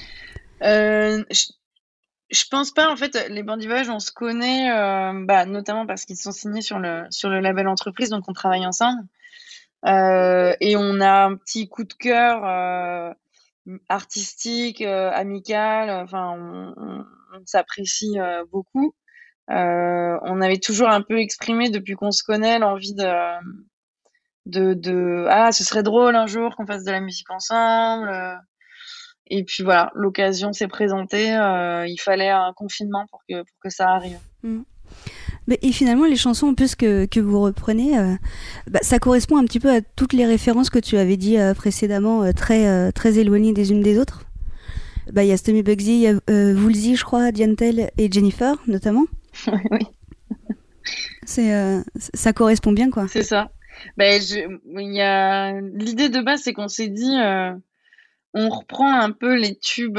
Je pense pas. En fait, les Bandits Voyage, on se connaît, notamment parce qu'ils sont signés sur le label Entreprise, donc on travaille ensemble. Et on a un petit coup de cœur artistique, amical. Enfin, on s'apprécie beaucoup. On avait toujours un peu exprimé depuis qu'on se connaît l'envie de ah, ce serait drôle un jour qu'on fasse de la musique ensemble. Et puis voilà, l'occasion s'est présentée. Il fallait un confinement pour que ça arrive. Mmh. Et finalement, les chansons en plus que vous reprenez, ça correspond un petit peu à toutes les références que tu avais dit précédemment, très éloignées des unes des autres. Il y a Stomy Bugsy, il y a Woolsey, je crois, Diantel et Jennifer, notamment. Oui. Ça correspond bien, quoi. C'est ça. L'idée de base, c'est qu'on s'est dit, on reprend un peu les tubes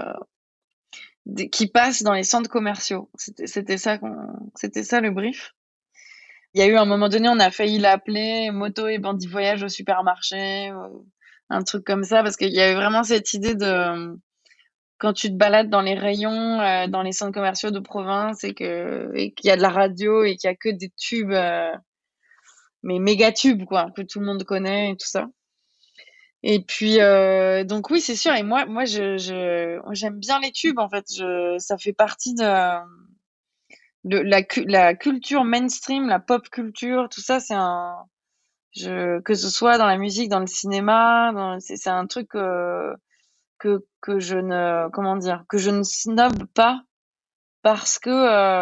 qui passent dans les centres commerciaux. C'était ça le brief. Il y a eu un moment donné, on a failli l'appeler Moto et Bandits Voyage au supermarché, un truc comme ça, parce qu'il y avait vraiment cette idée de quand tu te balades dans les rayons, dans les centres commerciaux de province et qu'il y a de la radio et qu'il y a que des tubes, mais méga tubes, quoi, que tout le monde connaît et tout ça. Et puis donc oui, c'est sûr. Et moi j'aime bien les tubes, en fait. Ça fait partie de la culture mainstream, la pop culture, tout ça. Que ce soit dans la musique, dans le cinéma, c'est un truc que je ne snobe pas parce que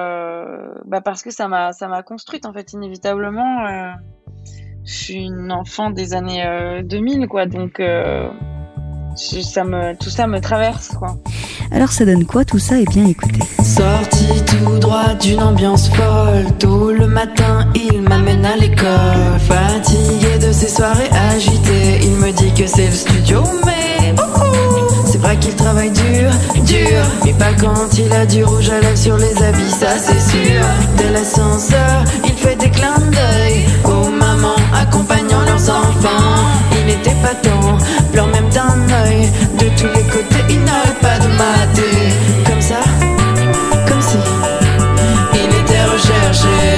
ça m'a construite, en fait, inévitablement. Je suis une enfant des années 2000, quoi, donc tout ça me traverse, quoi. Alors ça donne quoi tout ça? Eh bien écoutez. Sorti tout droit d'une ambiance folle, tôt le matin il m'amène à l'école. Fatigué de ces soirées agitées, il me dit que c'est le studio, mais c'est vrai qu'il travaille dur, mais pas quand il a du rouge à lèvres sur les habits, ça c'est sûr. Dès l'ascenseur, il fait des clins d'œil aux mamans accompagnant leurs enfants. Il était pas temps, pleure même d'un œil, de tous les côtés il n'arrête pas de mater. Comme ça, comme si il était recherché.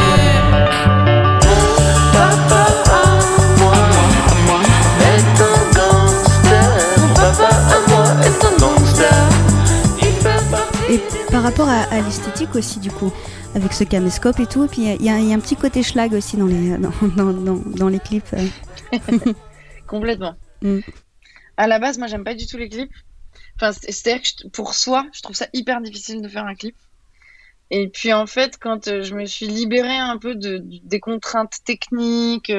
Papa à moi est un gangster. Papa à moi est un gangster. Il fait partie. Et par rapport à l'esthétique aussi, du coup, avec ce caméscope et tout, et puis il y a un petit côté schlag aussi dans les clips. Complètement. Mm. À la base, moi, j'aime pas du tout les clips. Enfin, c'est-à-dire que pour soi, je trouve ça hyper difficile de faire un clip. Et puis, en fait, quand je me suis libérée un peu des contraintes techniques,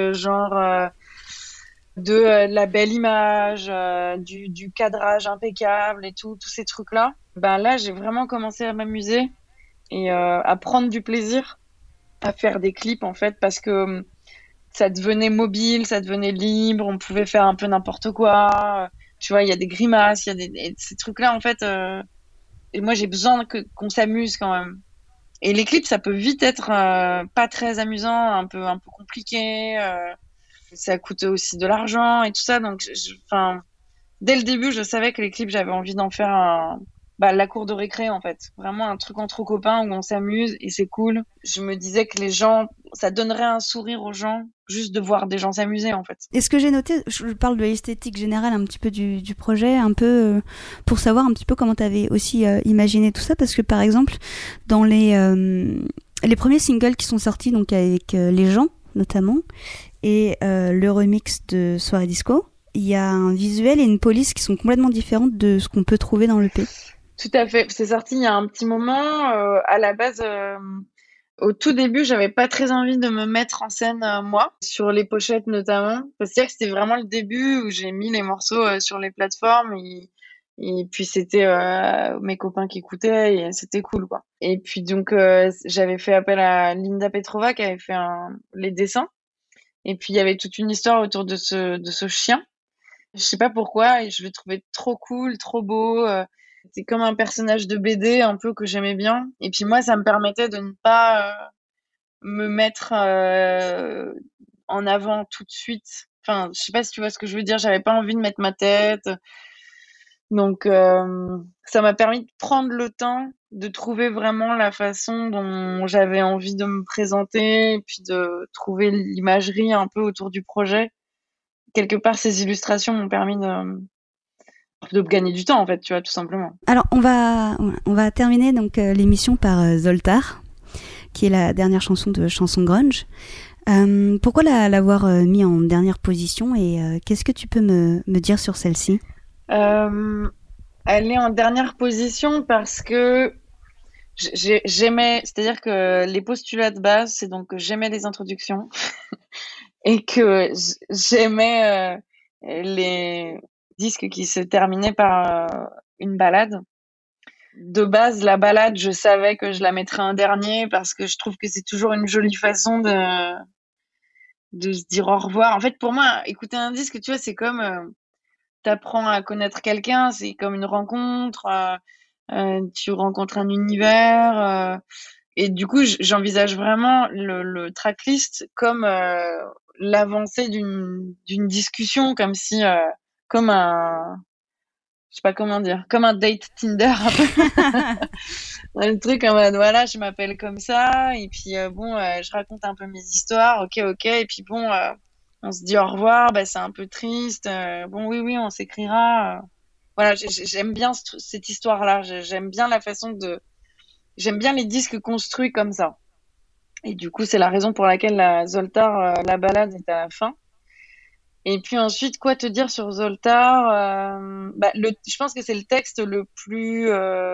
de la belle image, du cadrage impeccable et tous ces trucs-là, là, j'ai vraiment commencé à m'amuser. et à prendre du plaisir à faire des clips en fait parce que ça devenait mobile, ça devenait libre, on pouvait faire un peu n'importe quoi. Tu vois, il y a des grimaces, il y a et ces trucs-là en fait. Et moi, j'ai besoin qu'on s'amuse quand même. Et les clips, ça peut vite être pas très amusant, un peu compliqué. Ça coûte aussi de l'argent et tout ça. Donc, enfin, dès le début, je savais que les clips, j'avais envie d'en faire la cour de récré en fait. Vraiment un truc entre copains où on s'amuse et c'est cool. Je me disais que les gens, ça donnerait un sourire aux gens juste de voir des gens s'amuser en fait. Et ce que j'ai noté, je parle de l'esthétique générale un petit peu du projet, un peu pour savoir un petit peu comment tu avais aussi imaginé tout ça, parce que par exemple, dans les premiers singles qui sont sortis, donc avec les gens notamment, et le remix de Soirée Disco, il y a un visuel et une police qui sont complètement différentes de ce qu'on peut trouver dans l'EP. Tout à fait. C'est sorti il y a un petit moment. À la base, au tout début, j'avais pas très envie de me mettre en scène moi, sur les pochettes notamment. C'est-à-dire que c'était vraiment le début où j'ai mis les morceaux sur les plateformes et puis c'était mes copains qui écoutaient et c'était cool quoi. Et puis donc j'avais fait appel à Linda Petrova qui avait fait les dessins. Et puis il y avait toute une histoire autour de ce chien. Je sais pas pourquoi, et je le trouvais trop cool, trop beau. C'est comme un personnage de BD un peu que j'aimais bien. Et puis moi, ça me permettait de ne pas me mettre en avant tout de suite. Enfin, je sais pas si tu vois ce que je veux dire. J'avais pas envie de mettre ma tête. Donc, ça m'a permis de prendre le temps de trouver vraiment la façon dont j'avais envie de me présenter, et puis de trouver l'imagerie un peu autour du projet. Quelque part, ces illustrations m'ont permis de gagner du temps, en fait, tu vois, tout simplement. Alors, on va terminer donc l'émission par Zoltar, qui est la dernière chanson de Chanson Grunge. Pourquoi l'avoir mis en dernière position et qu'est-ce que tu peux me dire sur celle-ci ? Elle est en dernière position parce que j'aimais, c'est-à-dire que les postulats de base, c'est donc que j'aimais les introductions et que j'aimais les disques qui se terminaient par une ballade. De base, la ballade, je savais que je la mettrais en dernier parce que je trouve que c'est toujours une jolie façon de se dire au revoir. En fait, pour moi, écouter un disque, tu vois, c'est comme t'apprends à connaître quelqu'un, c'est comme une rencontre, tu rencontres un univers, et du coup, j'envisage vraiment le tracklist comme l'avancée d'une discussion, comme si, comme je sais pas comment dire, comme un date Tinder un peu. Le truc en mode, voilà, je m'appelle comme ça, et puis je raconte un peu mes histoires, ok, et puis on se dit au revoir, c'est un peu triste, oui, on s'écrira. Voilà, j'aime bien cette histoire-là, j'aime bien la façon j'aime bien les disques construits comme ça. Et du coup, c'est la raison pour laquelle la Zoltar, la balade est à la fin. Et puis ensuite, quoi te dire sur Zoltar? Je pense que c'est le texte le plus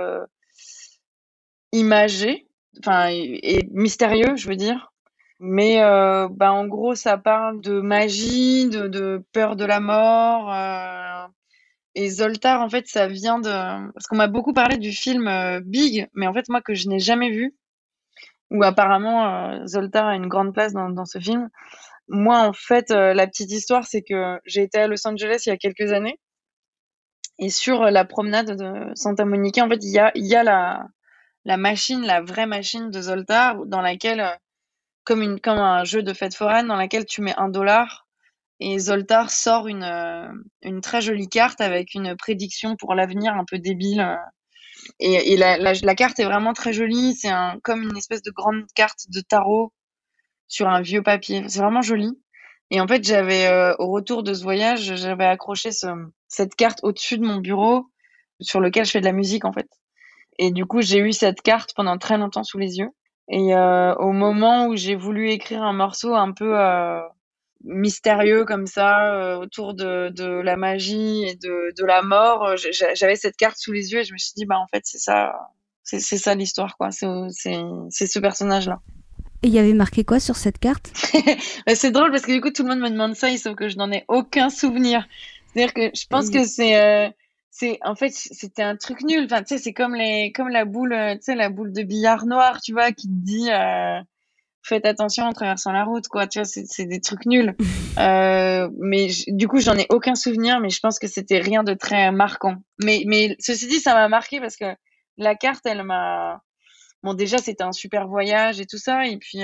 imagé, enfin, et mystérieux, je veux dire. Mais en gros, ça parle de magie, de peur de la mort. Et Zoltar, en fait, ça vient de... Parce qu'on m'a beaucoup parlé du film Big, mais en fait, moi, que je n'ai jamais vu, où apparemment Zoltar a une grande place dans ce film. Moi, en fait, la petite histoire, c'est que j'ai été à Los Angeles il y a quelques années. Et sur la promenade de Santa Monica, en fait, il y a la machine, la vraie machine de Zoltar, dans laquelle, comme un jeu de fête foraine, dans laquelle tu mets $1 et Zoltar sort une très jolie carte avec une prédiction pour l'avenir un peu débile. Et la carte est vraiment très jolie. C'est comme une espèce de grande carte de tarot sur un vieux papier. C'est vraiment joli. Et en fait, au retour de ce voyage, j'avais accroché cette carte au-dessus de mon bureau sur lequel je fais de la musique, en fait. Et du coup, j'ai eu cette carte pendant très longtemps sous les yeux. Et au moment où j'ai voulu écrire un morceau un peu mystérieux comme ça, autour de la magie et de la mort, j'avais cette carte sous les yeux et je me suis dit, en fait, c'est ça l'histoire, quoi. C'est ce personnage-là. Et il y avait marqué quoi sur cette carte? C'est drôle parce que du coup, tout le monde me demande ça, sauf que je n'en ai aucun souvenir. C'est-à-dire que je pense que c'est en fait, c'était un truc nul. Enfin, tu sais, c'est comme la boule, tu sais, la boule de billard noir, tu vois, qui te dit, faites attention en traversant la route, quoi. Tu vois, c'est des trucs nuls. Mais du coup, j'en ai aucun souvenir, mais je pense que c'était rien de très marquant. Mais ceci dit, ça m'a marqué parce que la carte, elle m'a, bon, déjà, c'était un super voyage et tout ça, et puis,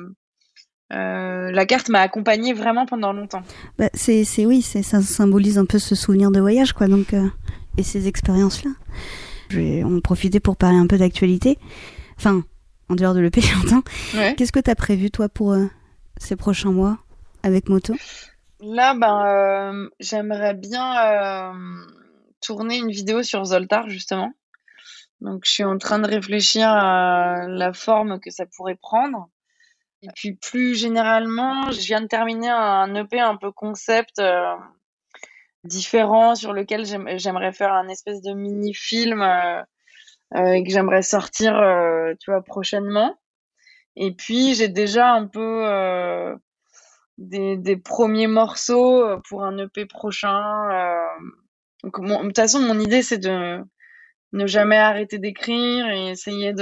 la carte m'a accompagnée vraiment pendant longtemps. Bah, oui, ça symbolise un peu ce souvenir de voyage, quoi, donc, et ces expériences-là. Je vais en profiter pour parler un peu d'actualité. Enfin, en dehors de l'EP, j'entends. Ouais. Qu'est-ce que tu as prévu, toi, pour ces prochains mois avec Moto ? Là, j'aimerais bien tourner une vidéo sur Zoltar, justement. Donc, je suis en train de réfléchir à la forme que ça pourrait prendre. Et puis, plus généralement, je viens de terminer un EP un peu concept différent sur lequel j'aimerais faire un espèce de mini-film et que j'aimerais sortir, tu vois, prochainement. Et puis, j'ai déjà un peu des premiers morceaux pour un EP prochain. Donc, de toute façon, mon idée, c'est de ne jamais arrêter d'écrire et essayer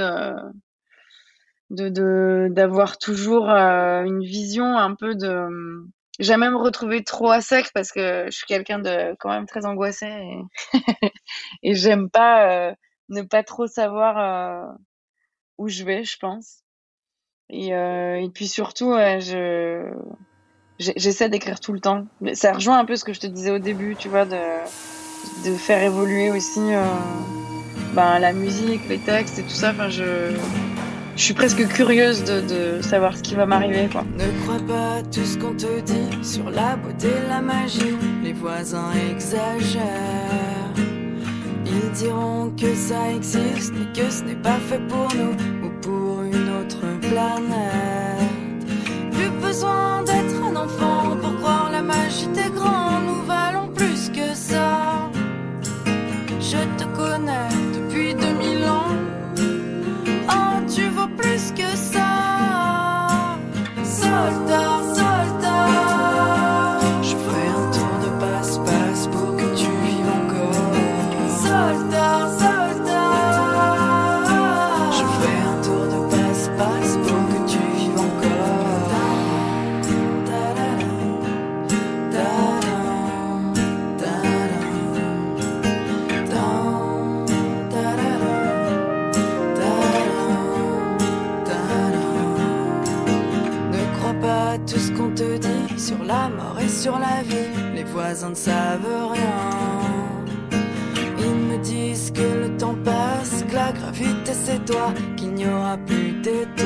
d'avoir toujours une vision un peu de... Jamais me retrouver trop à sec parce que je suis quelqu'un de quand même très angoissé et j'aime pas ne pas trop savoir où je vais, je pense. Et puis surtout, j'essaie d'écrire tout le temps. Ça rejoint un peu ce que je te disais au début, tu vois, de faire évoluer aussi la musique, les textes et tout ça. Enfin, je suis presque curieuse de savoir ce qui va m'arriver, quoi. Ne crois pas tout ce qu'on te dit sur la beauté, la magie. Les voisins exagèrent. Ils diront que ça existe, mais que ce n'est pas fait pour nous ou pour une autre planète. Plus besoin d'être un enfant pour croire la magie des grands. Nous valons plus que ça. Je te connais depuis 2000 ans. Oh, tu vaux plus que ça. Soldat, soldat, je ferai un tour de passe-passe pour que tu vives encore. Soldat, soldat, je ferai un tour de passe-passe pour que tu vives encore. Ne crois pas tout ce qu'on te dit sur la mort et sur la vie. Les voisins ne savent rien. Ils me disent que le temps passe, que la gravité c'est toi, qu'il n'y aura plus d'étoiles.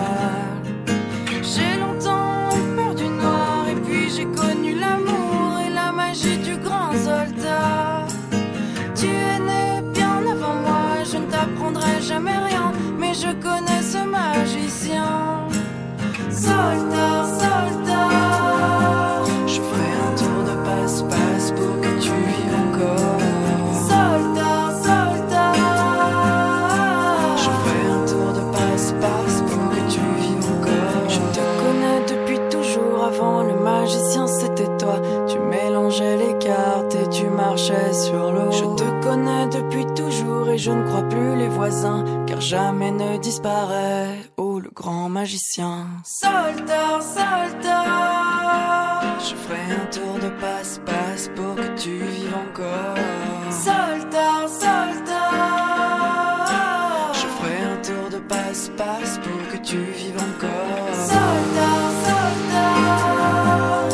J'ai longtemps eu peur du noir et puis j'ai connu l'amour et la magie du grand soldat. Tu es né bien avant moi, je ne t'apprendrai jamais rien, mais je connais ce magicien. Soldat, soldat, je ferai un tour de passe-passe pour que tu vives encore. Soldat, soldat, je ferai un tour de passe-passe pour que tu vives encore. Je te connais depuis toujours, avant le magicien c'était toi. Tu mélangeais les cartes et tu marchais sur l'eau. Je te connais depuis toujours et je ne crois plus les voisins, car jamais ne disparaît, oh le grand magicien. Soldat, soldat, je ferai un tour de passe-passe pour que tu vives encore. Soldat, soldat, je ferai un tour de passe-passe pour que tu vives encore. Soldat, soldat,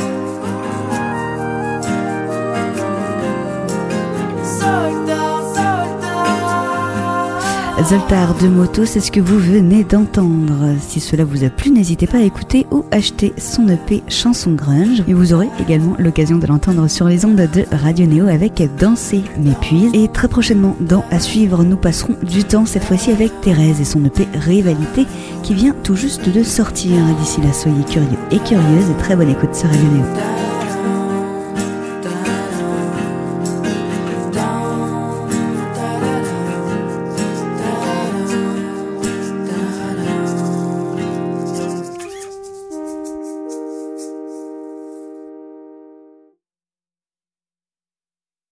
soldat, soldat. Zoltar de Moto, c'est ce que vous venez d'entendre. Si cela vous a plu, n'hésitez pas à écouter ou acheter son EP Chanson Grunge. Et vous aurez également l'occasion de l'entendre sur les ondes de Radio Néo avec Danser m'épuise. Et très prochainement, dans À suivre, nous passerons du temps, cette fois-ci avec Thérèse et son EP Rivalité qui vient tout juste de sortir. D'ici là, soyez curieux et curieuses et très bonne écoute sur Radio Néo.